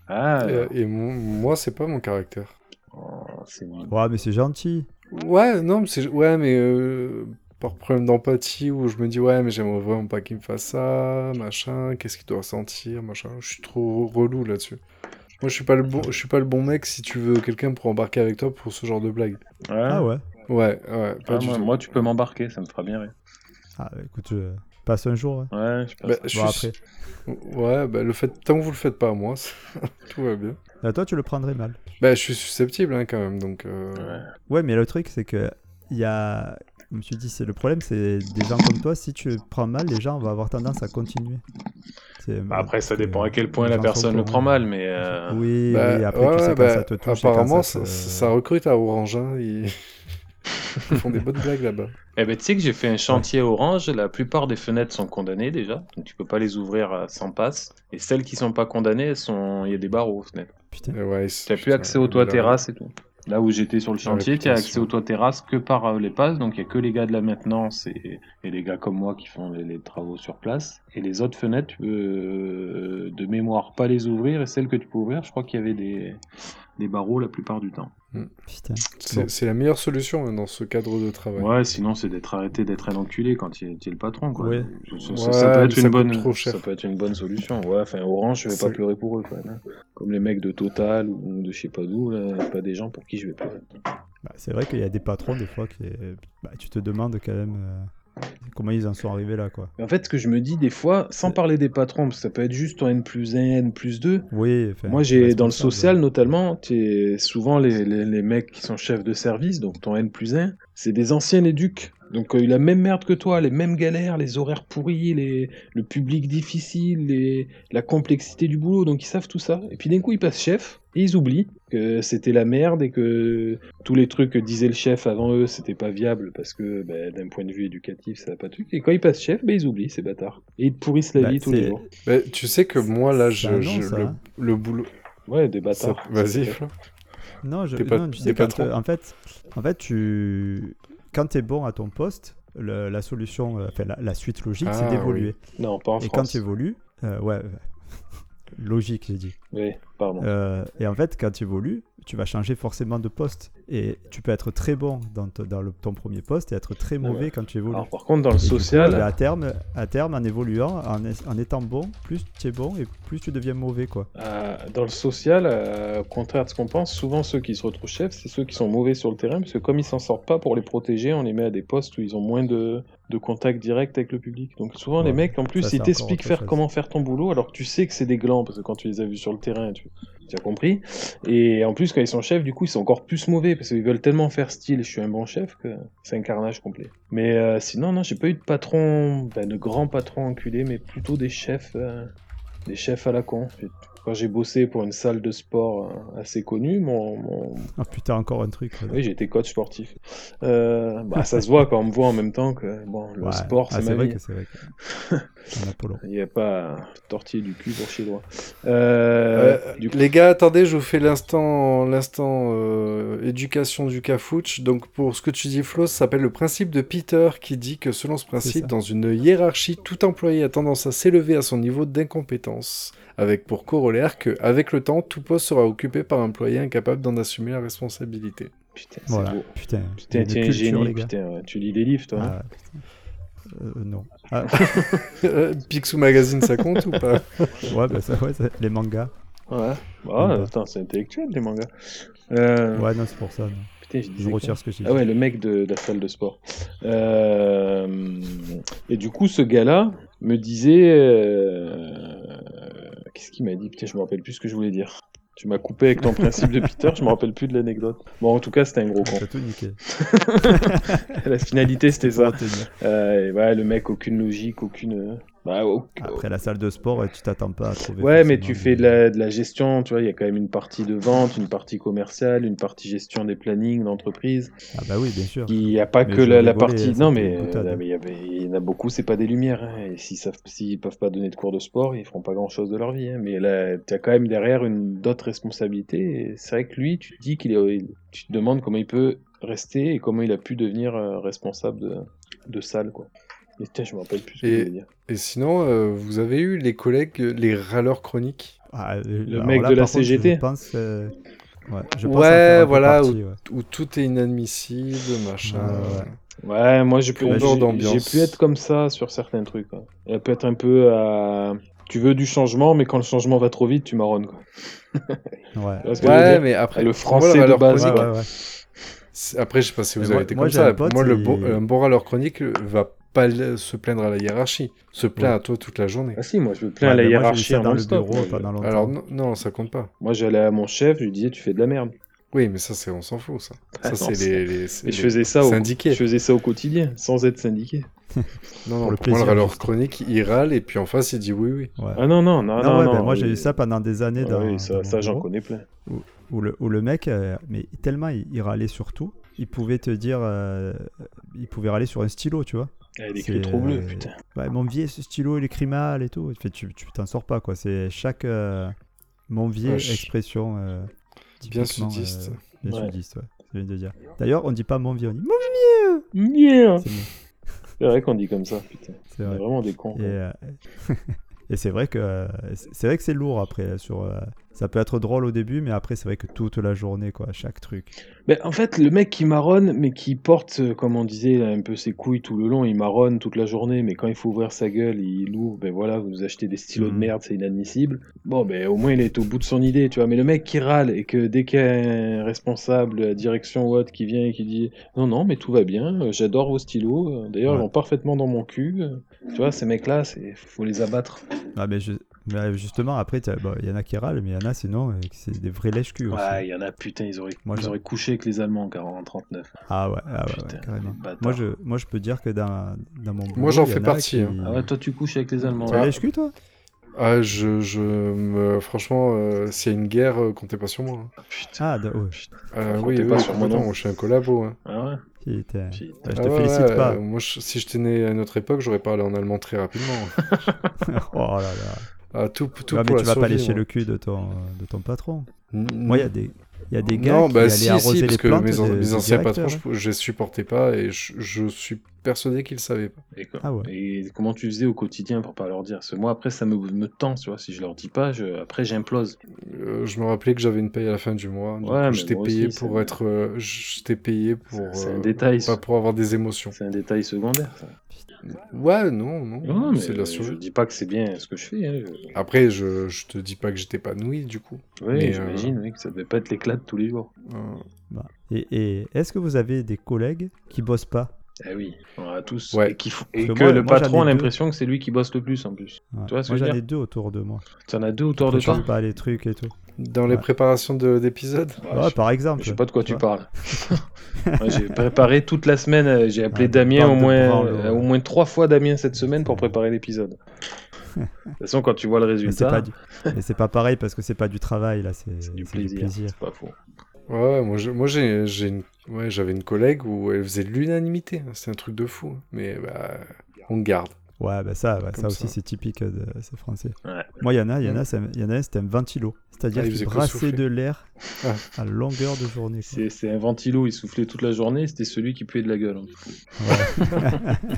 Ah, Et, et mon- moi, c'est pas mon caractère. oh, c'est mignon. Ouais, mais c'est gentil. Ouais, non, mais c'est... Ouais, mais... euh, par problème d'empathie, où je me dis, ouais, mais j'aimerais vraiment pas qu'il me fasse ça, machin, qu'est-ce qu'il doit ressentir, machin. Je suis trop relou là-dessus. Moi, je suis pas le bon, je suis pas le bon mec si tu veux quelqu'un pour embarquer avec toi pour ce genre de blague. Ouais. Ah ouais. Ouais, ouais, pas Ah, du moi, tout. moi, tu peux m'embarquer, ça me fera bien rire. Ah, bah, écoute, je passe un jour. hein. Ouais, je Bah, passe. je Bon, suis... après. Ouais, bah, le fait... tant que vous le faites pas à moi, ça- tout va bien. Là, toi, tu le prendrais mal. Bah, je suis susceptible, hein, quand même, donc... euh, Ouais. Ouais, mais le truc, c'est que il y a. Je me suis dit, c'est le problème, c'est des gens comme toi, si tu le prends mal, les gens vont avoir tendance à continuer. C'est- Bah, après, ça parce que dépend à quel point les la gens sont personne le bons, prend hein. mal, mais. euh, Oui, Bah, oui, après, ouais, tu sais, ouais, quand bah, ça te touche. et quand apparemment, ça, ça, te- ça recrute à Orange, hein, ils... ils font des bonnes blagues là-bas. Eh ben, tu sais que j'ai fait un chantier Orange, la plupart des fenêtres sont condamnées déjà, donc tu peux pas les ouvrir euh, sans passe. Et celles qui sont pas condamnées, elles sont... il y a des barreaux aux fenêtres. Putain. Et ouais, Tu n'as plus accès au toit terrasse et tout. Là où j'étais sur le chantier, tu as accès au toit terrasse que par euh, les passes, donc il y a que les gars de la maintenance et, et les gars comme moi qui font les, les travaux sur place. Et les autres fenêtres, tu peux euh, de mémoire pas les ouvrir, et celles que tu peux ouvrir, je crois qu'il y avait des, des barreaux la plupart du temps. Putain. C'est Bon. c'est la meilleure solution hein, dans ce cadre de travail. Ouais, sinon c'est d'être arrêté d'être un enculé quand tu es, tu es le patron, quoi. Ouais. Ça, Ouais, ça- ça peut mais être ça une coûte bonne, trop cher. ça peut être une bonne solution. Ouais, enfin Orange, je vais Ça- pas pleurer pour eux, quoi. Hein. Comme les mecs de Total ou de je sais pas d'où, là, c'est pas des gens pour qui je vais pleurer. Bah, c'est vrai qu'il y a des patrons, des fois, qui. Bah, tu te demandes quand même euh, comment ils en sont arrivés là, quoi. Mais en fait, ce que je me dis des fois, sans C'est- parler des patrons, parce que ça peut être juste ton N plus un, N plus deux. Oui, enfin, Moi, j'ai dans le responsable, social ouais. notamment, t'es souvent les, les, les mecs qui sont chefs de service, donc ton N plus un, c'est des anciens éduques. Donc euh, eu la même merde que toi, les mêmes galères, les horaires pourris, les, le public difficile, les, la complexité du boulot, donc ils savent tout ça. Et puis d'un coup, ils passent chef, et ils oublient que c'était la merde et que tous les trucs que disait le chef avant eux, c'était pas viable parce que ben, d'un point de vue éducatif, ça n'a pas de truc. Et quand ils passent chef, ben, ils oublient, ces bâtards. Et ils te pourrissent la Bah, vie tous les c'est- jours. Bah, tu sais que moi, là, C'est je, un nom, je- ça, le, hein. le boulot... Ouais, des Ça- bâtards. Vas-y, Ça- Flo. Non, je, Des pat- non, tu sais, des quand, patrons. euh, en fait, en fait, tu, quand tu es bon à ton poste, le- la solution, euh, enfin, la, la suite logique, c'est Ah, d'évoluer. Non, pas en Et quand France. tu évolues, euh, ouais, ouais. logique, j'ai dit. Oui, pardon. Euh, et en fait, quand tu évolues, tu vas changer forcément de poste. Et tu peux être très bon dans, te- dans le- ton premier poste et être très mauvais Ouais. quand tu évolues. Alors par contre, dans le Et du coup, social, bah, à, terme, à terme, en évoluant, en, es- en étant bon, plus tu es bon et plus tu deviens mauvais, quoi. Euh, dans le social, euh, au contraire de ce qu'on pense, souvent ceux qui se retrouvent chefs, c'est ceux qui sont mauvais sur le terrain, parce que comme ils s'en sortent pas pour les protéger, on les met à des postes où ils ont moins de, de contact direct avec le public. Donc souvent les Ouais, mecs, en plus, ça, ils c'est encore t'expliquent autre faire chose. comment faire ton boulot, alors que tu sais que c'est des glands, parce que quand tu les as vus sur le terrain, tu, tu as compris. Et en plus, quand ils sont chefs, du coup, ils sont encore plus mauvais, parce qu'ils veulent tellement faire style, je suis un bon chef, que c'est un carnage complet. Mais euh, sinon, non, j'ai pas eu de patron, ben, de grands patrons enculés, mais plutôt des chefs... euh, des chefs à la con. Quand j'ai bossé pour une salle de sport euh, assez connue, mon, mon... Ah putain, encore un truc. quoi. oui, j'ai été coach sportif. Euh, bah, ça se voit quand on me voit en même temps que bon, le Ouais. sport, Ah, c'est ma vrai vie. que c'est vrai. que- Un Apollo. Il n'y a pas tortiller du cul pour chez droit. Euh, Euh, du coup, Les gars, attendez, je vous fais l'instant l'instant euh, éducation du cafouche. Donc pour ce que tu dis, Flo, ça s'appelle le principe de Peter qui dit que selon ce principe, ça. dans une hiérarchie, tout employé a tendance à s'élever à son niveau d'incompétence, avec pour corollaire que, avec le temps, tout poste sera occupé par un employé incapable d'en assumer la responsabilité. putain, c'est Voilà. beau. Putain. Putain, une t'es un culture, génie, les gars. putain. Ouais. Tu lis les livres, toi. hein Ah, putain. Euh, non. Ah, Euh, Picsou Magazine, ça compte ou pas? ouais, bah ça, ouais, ça- les mangas. ouais. Ah, Ouais. attends, c'est intellectuel, les mangas. Euh, Ouais, non, c'est pour ça. non. Putain, je Je disais quoi retire ce que j'ai dit. Ah ouais, le mec de, de la salle de sport. Euh, Et du coup, ce gars-là me disait... euh, Qu'est-ce qu'il m'a dit? Putain, je me rappelle plus ce que je voulais dire. Tu m'as coupé avec ton principe de Peter, je me rappelle plus de l'anecdote. Bon, en tout cas, c'était un gros con. T'as tout niqué. La finalité, c'était Faut ça. retenir. Euh, et ouais, le mec, aucune logique, aucune... Bah, au- Après la salle de sport, tu t'attends pas à trouver. Ouais, mais forcément tu des- fais de la, de la gestion, tu vois, il y a quand même une partie de vente, une partie commerciale, une partie gestion des plannings d'entreprise. Ah bah oui, bien sûr. Il n'y a pas Mais que je la, la rigolais, partie. c'était Non, une mais boutade. euh, mais il y avait- il y en a beaucoup, c'est pas des lumières. hein. Et s'ils savent, s'ils peuvent pas donner de cours de sport, ils feront pas grand chose de leur vie. hein. Mais là, tu as quand même derrière une d'autres responsabilités. Et c'est vrai que lui, tu te dis qu'il est, il- tu te demandes comment il peut rester et comment il a pu devenir euh, responsable de, de salle, quoi. Mais putain, je me rappelle plus ce que Et- je voulais dire. Et sinon, euh, vous avez eu les collègues, euh, les râleurs chroniques? Ah, Le mec de la par C G T. contre, je pense, euh, ouais, je pense en Ouais, faire un peu voilà, partie, ouais. Où tout est inadmissible, machin. Ouais, ouais. Ouais, moi je peux, Tourneur j'ai, j'ai d'ambiance. pu être comme ça sur certains trucs. Quoi. Elle peut être un peu à... Tu veux du changement, mais quand le changement va trop vite, tu marronnes. Quoi. Ouais. Tu vois ce que je veux Ouais, dire mais après, Le pour moi, le français de râleur base, chronique, quoi. Ouais, ouais, ouais. c'est- après, je sais pas si vous Mais avez moi- été moi, comme j'ai un ça. Pour pote, moi, le il- bon, un bon râleur chronique va pas le- se plaindre à la hiérarchie, se plaint Ouais. à toi toute la journée. Ah si, moi je me plains Ouais, à la ben moi, j'ai eu hiérarchie ça en dans le non-stop. bureau Moi, je- pendant longtemps. Alors non, non, ça compte pas. moi, j'allais à mon chef, je lui disais tu fais de la merde. Oui, mais ça, c'est on s'en fout, ça. Ah Ça, non, c'est c'est- les, les, c'est Et je les faisais ça au, syndiqués. je faisais ça au quotidien, sans être syndiqué. Non, non, Pour le pour moi, le plaisir, râleur juste. chronique, il râle et puis en face, il dit oui, oui. Ouais. Ah non, non, non, Non, non, ouais, non. ben moi, j'ai oui. eu ça pendant des années Ah dans, oui, dans ça, mon ça j'en bureau, connais plein. où, où le, où le mec, euh, mais tellement il, il râlait sur tout, il pouvait te dire, euh, il pouvait râler sur un stylo, tu vois. Ah, il écrit C'est, trop bleu, euh, putain. Ouais, mon vieux, ce stylo, il écrit mal et tout. Fait, tu tu t'en sors pas, quoi. C'est chaque euh, mon vieux Wesh. expression. euh, Bien typiquement, sudiste. euh, bien Ouais. sudiste, ouais. Je viens de dire. D'ailleurs, on dit pas mon vieux, on dit mon Merde. c'est mieux. C'est vrai qu'on dit comme ça, putain. C'est On est vrai. vraiment des cons. Et, quoi. euh, et c'est vrai que euh, c'est c'est vrai que c'est lourd après. Sur, euh, ça peut être drôle au début, mais après, c'est vrai que toute la journée, quoi, chaque truc. Ben, en fait, le mec qui marronne, mais qui porte, euh, comme on disait, un peu ses couilles tout le long, il marronne toute la journée, mais quand il faut ouvrir sa gueule, il ouvre, ben voilà, vous nous achetez des stylos de Mhm. merde, c'est inadmissible. Bon, ben au moins il est au bout de son idée, tu vois. Mais le mec qui râle et que dès qu'il y a un responsable, la direction ou autre, qui vient et qui dit non, non, mais tout va bien, euh, j'adore vos stylos, euh, d'ailleurs ils Ouais. vont parfaitement dans mon cul. euh, Tu vois, ces mecs-là, c'est faut les abattre. Ah, mais, je- mais justement, après, t'as- bon, il y en a qui râlent, mais il y en a, sinon, euh, c'est des vrais lèche-cul aussi. Ouais, il y en a, putain, ils auraient, Moi, ils j'en- auraient couché avec les Allemands en trente-neuf. Ah ouais, ah ouais, Putain, ouais, carrément. les bâtards. Moi je, moi, je peux dire que dans, dans mon boulot, Moi, j'en il y fais en a partie, qui- hein. Ah ouais, toi tu couches avec les Allemands. Tu Ah. as lèche-cul, toi Ah, je, je me... Franchement, euh, s'il y a une guerre, euh, comptez pas sur moi. hein. Putain. Ah, d- ouais. Euh, Comptez oui, pas oui, sur moi, complètement. non. Moi, je suis un collabo. Hein. Ah ouais. Putain. Putain. Ouais, je Ah te ouais, félicite ouais, pas. euh, moi, je- si j'étais né à notre époque, j'aurais parlé en allemand très rapidement. Oh là là. Ah, tout, tout Ouais, pour mais la tu vas pas survie, lécher moi. le cul de ton, de ton patron. N- Moi, il y a des, il y a des gars Non, qui bah allaient si, arroser si, les parce que plantes mes, an- de- mes du anciens directeur, patrons, hein. je, je les supportais pas et je, je suis persuadé qu'ils savaient pas. Et, quoi- Ah ouais. et comment tu faisais au quotidien pour pas leur dire? Parce que moi après ça me, me tend, tu vois. Si je leur dis pas, je... après j'implose. Euh, je me rappelais que j'avais une paye à la fin du mois, donc Ouais, mais j'étais moi payé aussi, pour c'est- être, euh, j'étais payé pour, C'est un euh, détail, pas ça. pour avoir des émotions. C'est un détail secondaire. Ça. Ouais, non, non, Non, mais c'est de la je survie. dis pas que c'est bien ce que je fais. Hein. je- Après, je, je te dis pas que j'étais épanoui du coup. Oui, Mais, j'imagine oui, que ça devait pas être l'éclat de tous les jours. Euh, Bah, Et, et est-ce que vous avez des collègues qui bossent pas? Eh oui, on a tous. Ouais. Et, qui font- et Parce que que moi- le moi, j'en patron ai a deux. l'impression que c'est lui qui bosse le plus en plus. Ouais. Tu vois ce Moi, que je veux j'en ai dire deux autour de moi. T'en as deux autour de Prépare toi. pas les trucs et tout. Dans les Ouais. préparations de- d'épisodes. Ouais, Ouais, je- par exemple. Je sais pas de quoi tu vois. parles. Moi, j'ai préparé toute la semaine. euh, J'ai appelé Ah, des Damien au bandes de moins, branlos, euh, ouais. au moins trois fois Damien cette semaine pour préparer l'épisode. De toute façon, quand tu vois le Mais c'est résultat, pas, du... mais c'est pas pareil parce que c'est pas du travail là, c'est c'est du c'est plaisir. C'est pas faux. Ouais, ouais, moi, je- moi j'ai, j'ai une, ouais, j'avais une collègue où elle faisait de l'unanimité. C'est un truc de fou. hein. Mais bah, on garde. Ouais, bah ça, ouais, Comme ça aussi ça. c'est typique de ces Français. Ouais. Moi, il y en a, il y en Mm. a, ça- il y en a un, c'était un ventilo. C'est-à-dire Ah, il qu'il faisait que brassait souffler. de l'air Ah. à longueur de journée. quoi. C'est c'est un ventilo, il soufflait toute la journée. C'était celui qui puait de la gueule. hein. Ouais.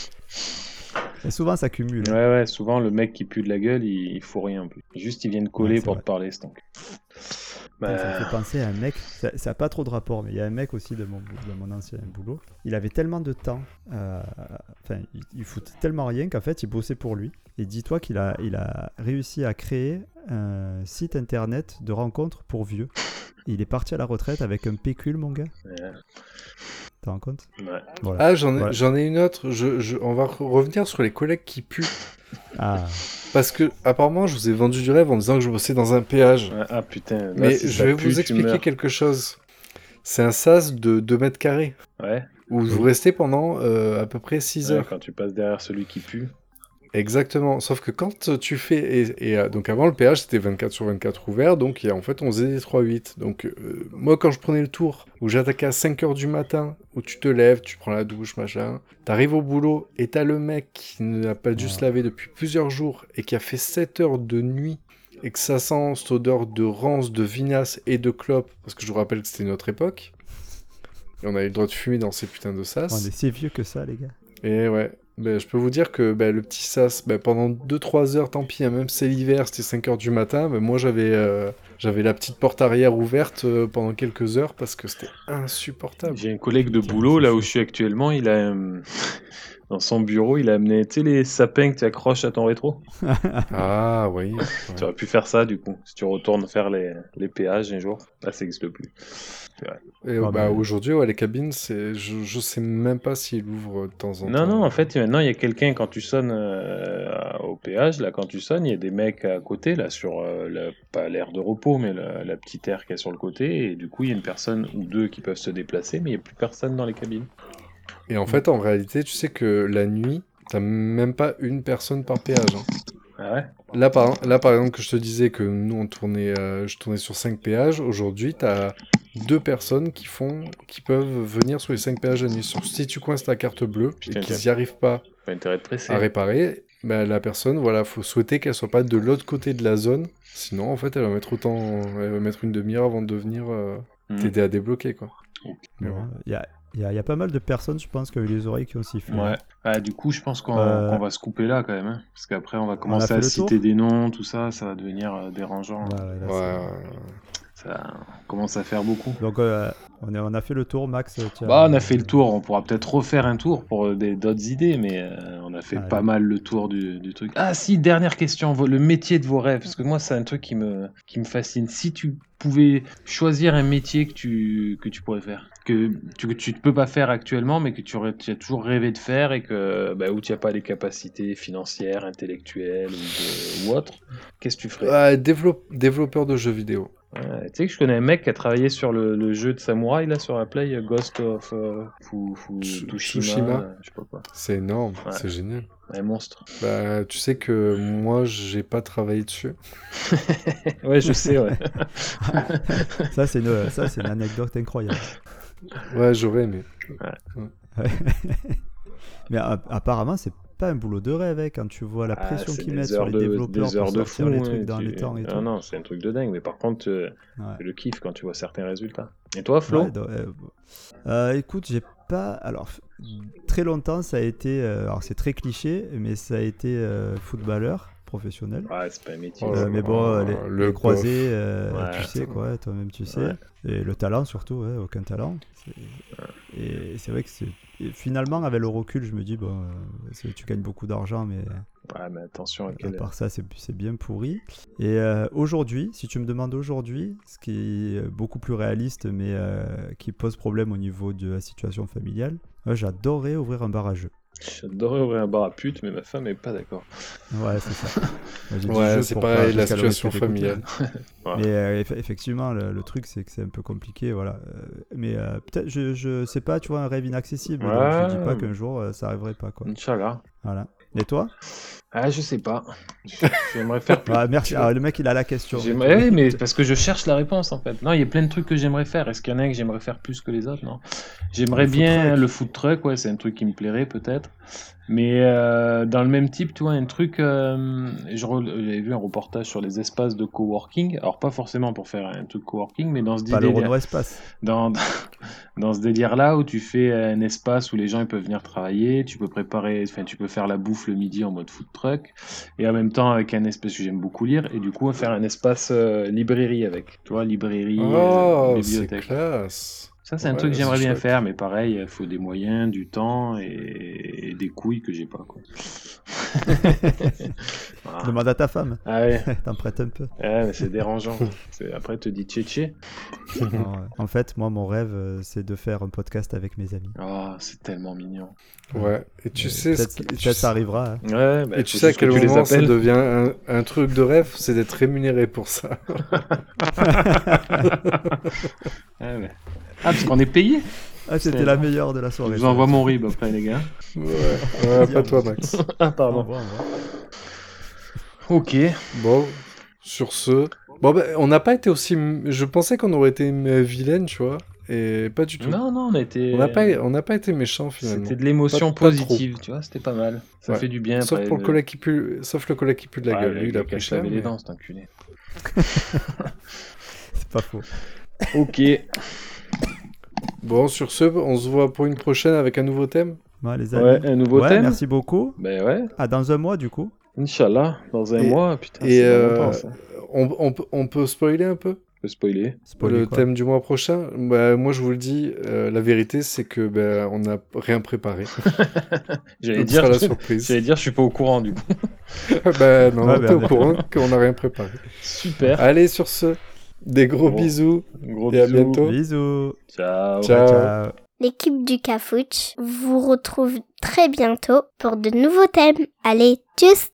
Et souvent, ça cumule. Ouais, ouais. Souvent, le mec qui pue de la gueule, il, il faut rien. en plus. Juste, il vient de coller Ouais, c'est pour vrai. te parler, donc. Ça me Bah, fait penser à un mec, ça n'a pas trop de rapport, mais il y a un mec aussi de mon, bou- de mon ancien boulot. Il avait tellement de temps, euh, enfin, il, il foutait tellement rien qu'en fait, il bossait pour lui. Et dis-toi qu'il a, il a réussi à créer un site internet de rencontres pour vieux. Et il est parti à la retraite avec un pécule, mon gars. ouais, T'en rends compte? ouais. Voilà. Ah, j'en ai, Voilà. j'en ai une autre. Je, je- on va re- revenir sur les collègues qui puent. Ah, Parce que, apparemment, je vous ai vendu du rêve en disant que je bossais dans un péage. Ouais, ah putain. Là, Mais si je ça vais pue, vous tu expliquer meurs. quelque chose. C'est un sas de deux mètres carrés. Ouais. Où vous restez pendant euh, à peu près six Ouais, heures. quand tu passes derrière celui qui pue. Exactement. Sauf que quand tu fais... Et, et, euh, donc avant, le péage, c'était vingt-quatre sur vingt-quatre ouvert. Donc il y a- en fait, on faisait des trois huit. Donc euh, moi, quand je prenais le tour, où j'attaquais à cinq heures du matin, où tu te lèves, tu prends la douche, machin, t'arrives au boulot et t'as le mec qui n'a pas dû Ouais. se laver depuis plusieurs jours et qui a fait sept heures de nuit et que ça sent cette odeur de rance, de vinasse et de clope, parce que je vous rappelle que c'était notre époque. Et on avait le droit de fumer dans ces putains de on sas. est si vieux que ça, les gars. Et ouais. Ben, je peux vous dire que ben, le petit sas, ben, pendant deux trois heures, tant pis, hein, même si c'est l'hiver, c'était cinq heures du matin, ben, moi j'avais euh, j'avais la petite porte arrière ouverte euh, pendant quelques heures parce que c'était insupportable. J'ai un collègue de Putain, boulot, c'est là chaud. où je suis actuellement, il a... euh, dans son bureau, il a amené, tu sais, les sapins que tu accroches à ton rétro. Ah oui. Tu ouais. aurais pu faire ça, du coup, si tu retournes faire les, les péages un jour. Là, ça n'existe plus. Et Ah, bah, mais- aujourd'hui, ouais, les cabines, c'est... Je, je sais même pas s'ils ouvrent de temps en Non, temps. non, en fait, maintenant, il y a quelqu'un, quand tu sonnes euh, au péage, là, quand tu sonnes, il y a des mecs à côté, là, sur, euh, la- pas l'aire de repos, mais la, la petite aire qu'il y a sur le côté, et du coup, il y a une personne ou deux qui peuvent se déplacer, mais il n'y a plus personne dans les cabines. Et en fait, en réalité, tu sais que la nuit, t'as même pas une personne par péage. hein. Ah ouais? Là par, là, par exemple, que je te disais que nous, on tournait, euh, je tournais sur cinq péages. Aujourd'hui, t'as deux personnes qui font, qui peuvent venir sur les cinq péages à nuit. Sur, si tu coinces ta carte bleue Putain, et qu'ils t'as- n'y arrivent pas Pas intérêt de presser. à réparer, bah, la personne, voilà, faut souhaiter qu'elle soit pas de l'autre côté de la zone. Sinon, en fait, elle va mettre autant, elle va mettre une demi-heure avant de venir euh, Mhm. t'aider à débloquer, quoi. Mais Bon, bon. Il y, a, il y a- il y a pas mal de personnes, je pense, qui ont eu les oreilles qui ont sifflé. Ouais. Ah, du coup, je pense qu'on Euh, qu'on va se couper là, quand même. Hein, parce qu'après, on va a commencer fait à le citer tour des noms, tout ça, ça va devenir euh, dérangeant. Ouais, ouais, là, Ouais, c'est- ouais. Ça commence à faire beaucoup. Donc, euh, on, est- on a fait le tour, Max. tu as- Bah, on a fait le tour, on pourra peut-être refaire un tour pour euh, des- d'autres idées, mais euh, on a fait Allez. pas mal le tour du, du truc. Ah si, dernière question, vo- le métier de vos rêves, parce que moi c'est un truc qui me, qui me fascine. Si tu pouvais choisir un métier que tu, que tu pourrais faire, que tu, que tu ne peux pas faire actuellement, mais que tu, aurais, tu as toujours rêvé de faire et que, bah, où tu n'as pas les capacités financières, intellectuelles ou, de- ou autres, qu'est-ce que tu ferais? Ouais, développe- développeur de jeux vidéo. Ouais, tu sais que je connais un mec qui a travaillé sur le, le jeu de samouraï là sur la Play, Ghost of euh, Fu- Fu- Tsu- Tsushima, Tsushima. euh, je sais pas quoi. C'est énorme, Ouais. c'est génial. Un monstre. Bah, tu sais que moi, j'ai pas travaillé dessus. Ouais, je sais, ouais. Ça, c'est une, ça, c'est une anecdote incroyable. Ouais, j'aurais aimé. Mais a- apparemment, c'est pas un boulot de rêve hein, quand tu vois la Ah, pression c'est qu'ils des mettent sur heures les de- développeurs des heures pour de sortir fou, les ouais, trucs dans tu- les temps et Ah tout. non, c'est un truc de dingue, mais par contre, euh, Ouais. c'est le kiff quand tu vois certains résultats. Et toi, Flo? Ouais, donc, euh, euh, écoute, j'ai pas. Alors, f- très longtemps, ça a été. euh, alors, c'est très cliché, mais ça a été euh, footballeur professionnel. Ouais, c'est pas un métier. Oh Euh, là mais là, bon, euh, les, le les croisés, bof. euh, Ouais, tu sais c'est quoi, toi-même tu sais. Ouais. Et le talent surtout, ouais, aucun talent. C'est- Et c'est vrai que c'est. et finalement, avec le recul, je me dis, bon, euh, c'est- tu gagnes beaucoup d'argent, mais Ouais, mais attention à à quel... part ça, c'est c'est bien pourri. Et euh, aujourd'hui, si tu me demandes aujourd'hui, ce qui est beaucoup plus réaliste, mais euh, qui pose problème au niveau de la situation familiale, moi, j'adorerais ouvrir un bar à jeux. J'adorerais ouvrir un bar à pute, mais ma femme est pas d'accord. Ouais, c'est ça. Moi, j'ai dit Ouais, jeux c'est pour pareil, pas- la parce qu'elle aurait situation été dégoûtée. familiale. Ouais. Mais euh, eff- effectivement, le, le truc, c'est que c'est un peu compliqué, voilà. Euh, mais euh, peut-être, je, je sais pas, tu vois, un rêve inaccessible. Donc je dis pas Ouais. qu'un jour, euh, ça arriverait pas, quoi. Inch'Allah. Voilà. Et toi? Ah, je sais pas. J'aimerais faire plus. Ouais, merci. Ah, le mec, il a la question. J'aimerais, ouais, mais parce que je cherche la réponse en fait. Non, il y a plein de trucs que j'aimerais faire. Est-ce qu'il y en a un que j'aimerais faire plus que les autres? Non. J'aimerais Le food bien truck. le food truck, ouais, c'est un truc qui me plairait peut-être. Mais euh, dans le même type, tu vois, un truc. Euh, je re- j'avais vu un reportage sur les espaces de coworking. Alors pas forcément pour faire un truc coworking, mais dans ce Pas le délire, Renault Espace. dans, dans ce délire-là où tu fais un espace où les gens ils peuvent venir travailler, tu peux préparer, enfin tu peux faire la bouffe le midi en mode food truck, et en même temps avec un espace que j'aime beaucoup lire, et du coup faire un espace euh, librairie avec, tu vois, librairie, Oh, euh, c'est bibliothèque. classe. Ça c'est un Ouais, truc que c'est j'aimerais bien chouette. faire, mais pareil, il faut des moyens, du temps et, et des couilles que j'ai pas quoi. Voilà. Demande à ta femme. Ah ouais, T'en prêtes un peu. ouais mais c'est dérangeant. C'est- Après te dis tchétché. Non, ouais. En fait, moi, mon rêve, euh, c'est de faire un podcast avec mes amis. Oh, c'est tellement mignon. Ouais, et tu Euh, sais, ce peut-être qui- et peut-être tu ça arrivera. hein. Ouais, bah, Et tu faut sais à juste que quel tu les moment ça appelles. devient un, un truc de rêve, c'est d'être rémunéré pour ça. Ah, ouais. Ah, parce qu'on est payé. Ah, c'était C'est- la meilleure de la Je soirée. vous ça. envoie mon rib après, les gars. Ouais, ouais, pas toi, Max. Ah, Au pardon. revoir, au revoir. Ok. Bon, sur ce. Bon, bah, on n'a pas été aussi. Je pensais qu'on aurait été euh, vilaine, tu vois, et pas du tout. Non, non, on a été. On n'a pas, on n'a pas été méchants finalement. C'était de l'émotion Pas- pas positive, tu vois, c'était pas mal. Ça Ouais. fait du bien. Sauf après pour le de- collègue qui pue, sauf le collègue qui pue de la Ouais, gueule. le Lui, il a gars qui pris se cher. lavait les mais- dents, cet enculé. C'est pas faux. Ok. Bon, sur ce, on se voit pour une prochaine avec un nouveau thème. Bon, les amis. Ouais, un nouveau Ouais, thème. merci beaucoup. Ben ouais, Ah, dans un mois, du coup. Inch'Allah, dans un Et- mois, putain, Et c'est dans euh, longtemps, ça. on, on, peut- on peut spoiler un peu Je peux spoiler. Spoiler le quoi. thème du mois prochain? Bah, moi, je vous le dis, euh, la vérité, c'est que bah, on n'a rien préparé. J'allais Ce dire, sera la je... surprise. j'allais dire, je suis pas au courant du coup. bah, non, Ouais, t'es bah, au avec- courant qu'on n'a rien préparé. Super. Allez, sur ce, des gros Bon. bisous. Gros Et à bisous. bientôt. Bisous. Ciao. Ciao. Ciao. L'équipe du Cafouche vous retrouve très bientôt pour de nouveaux thèmes. Allez, tchuss!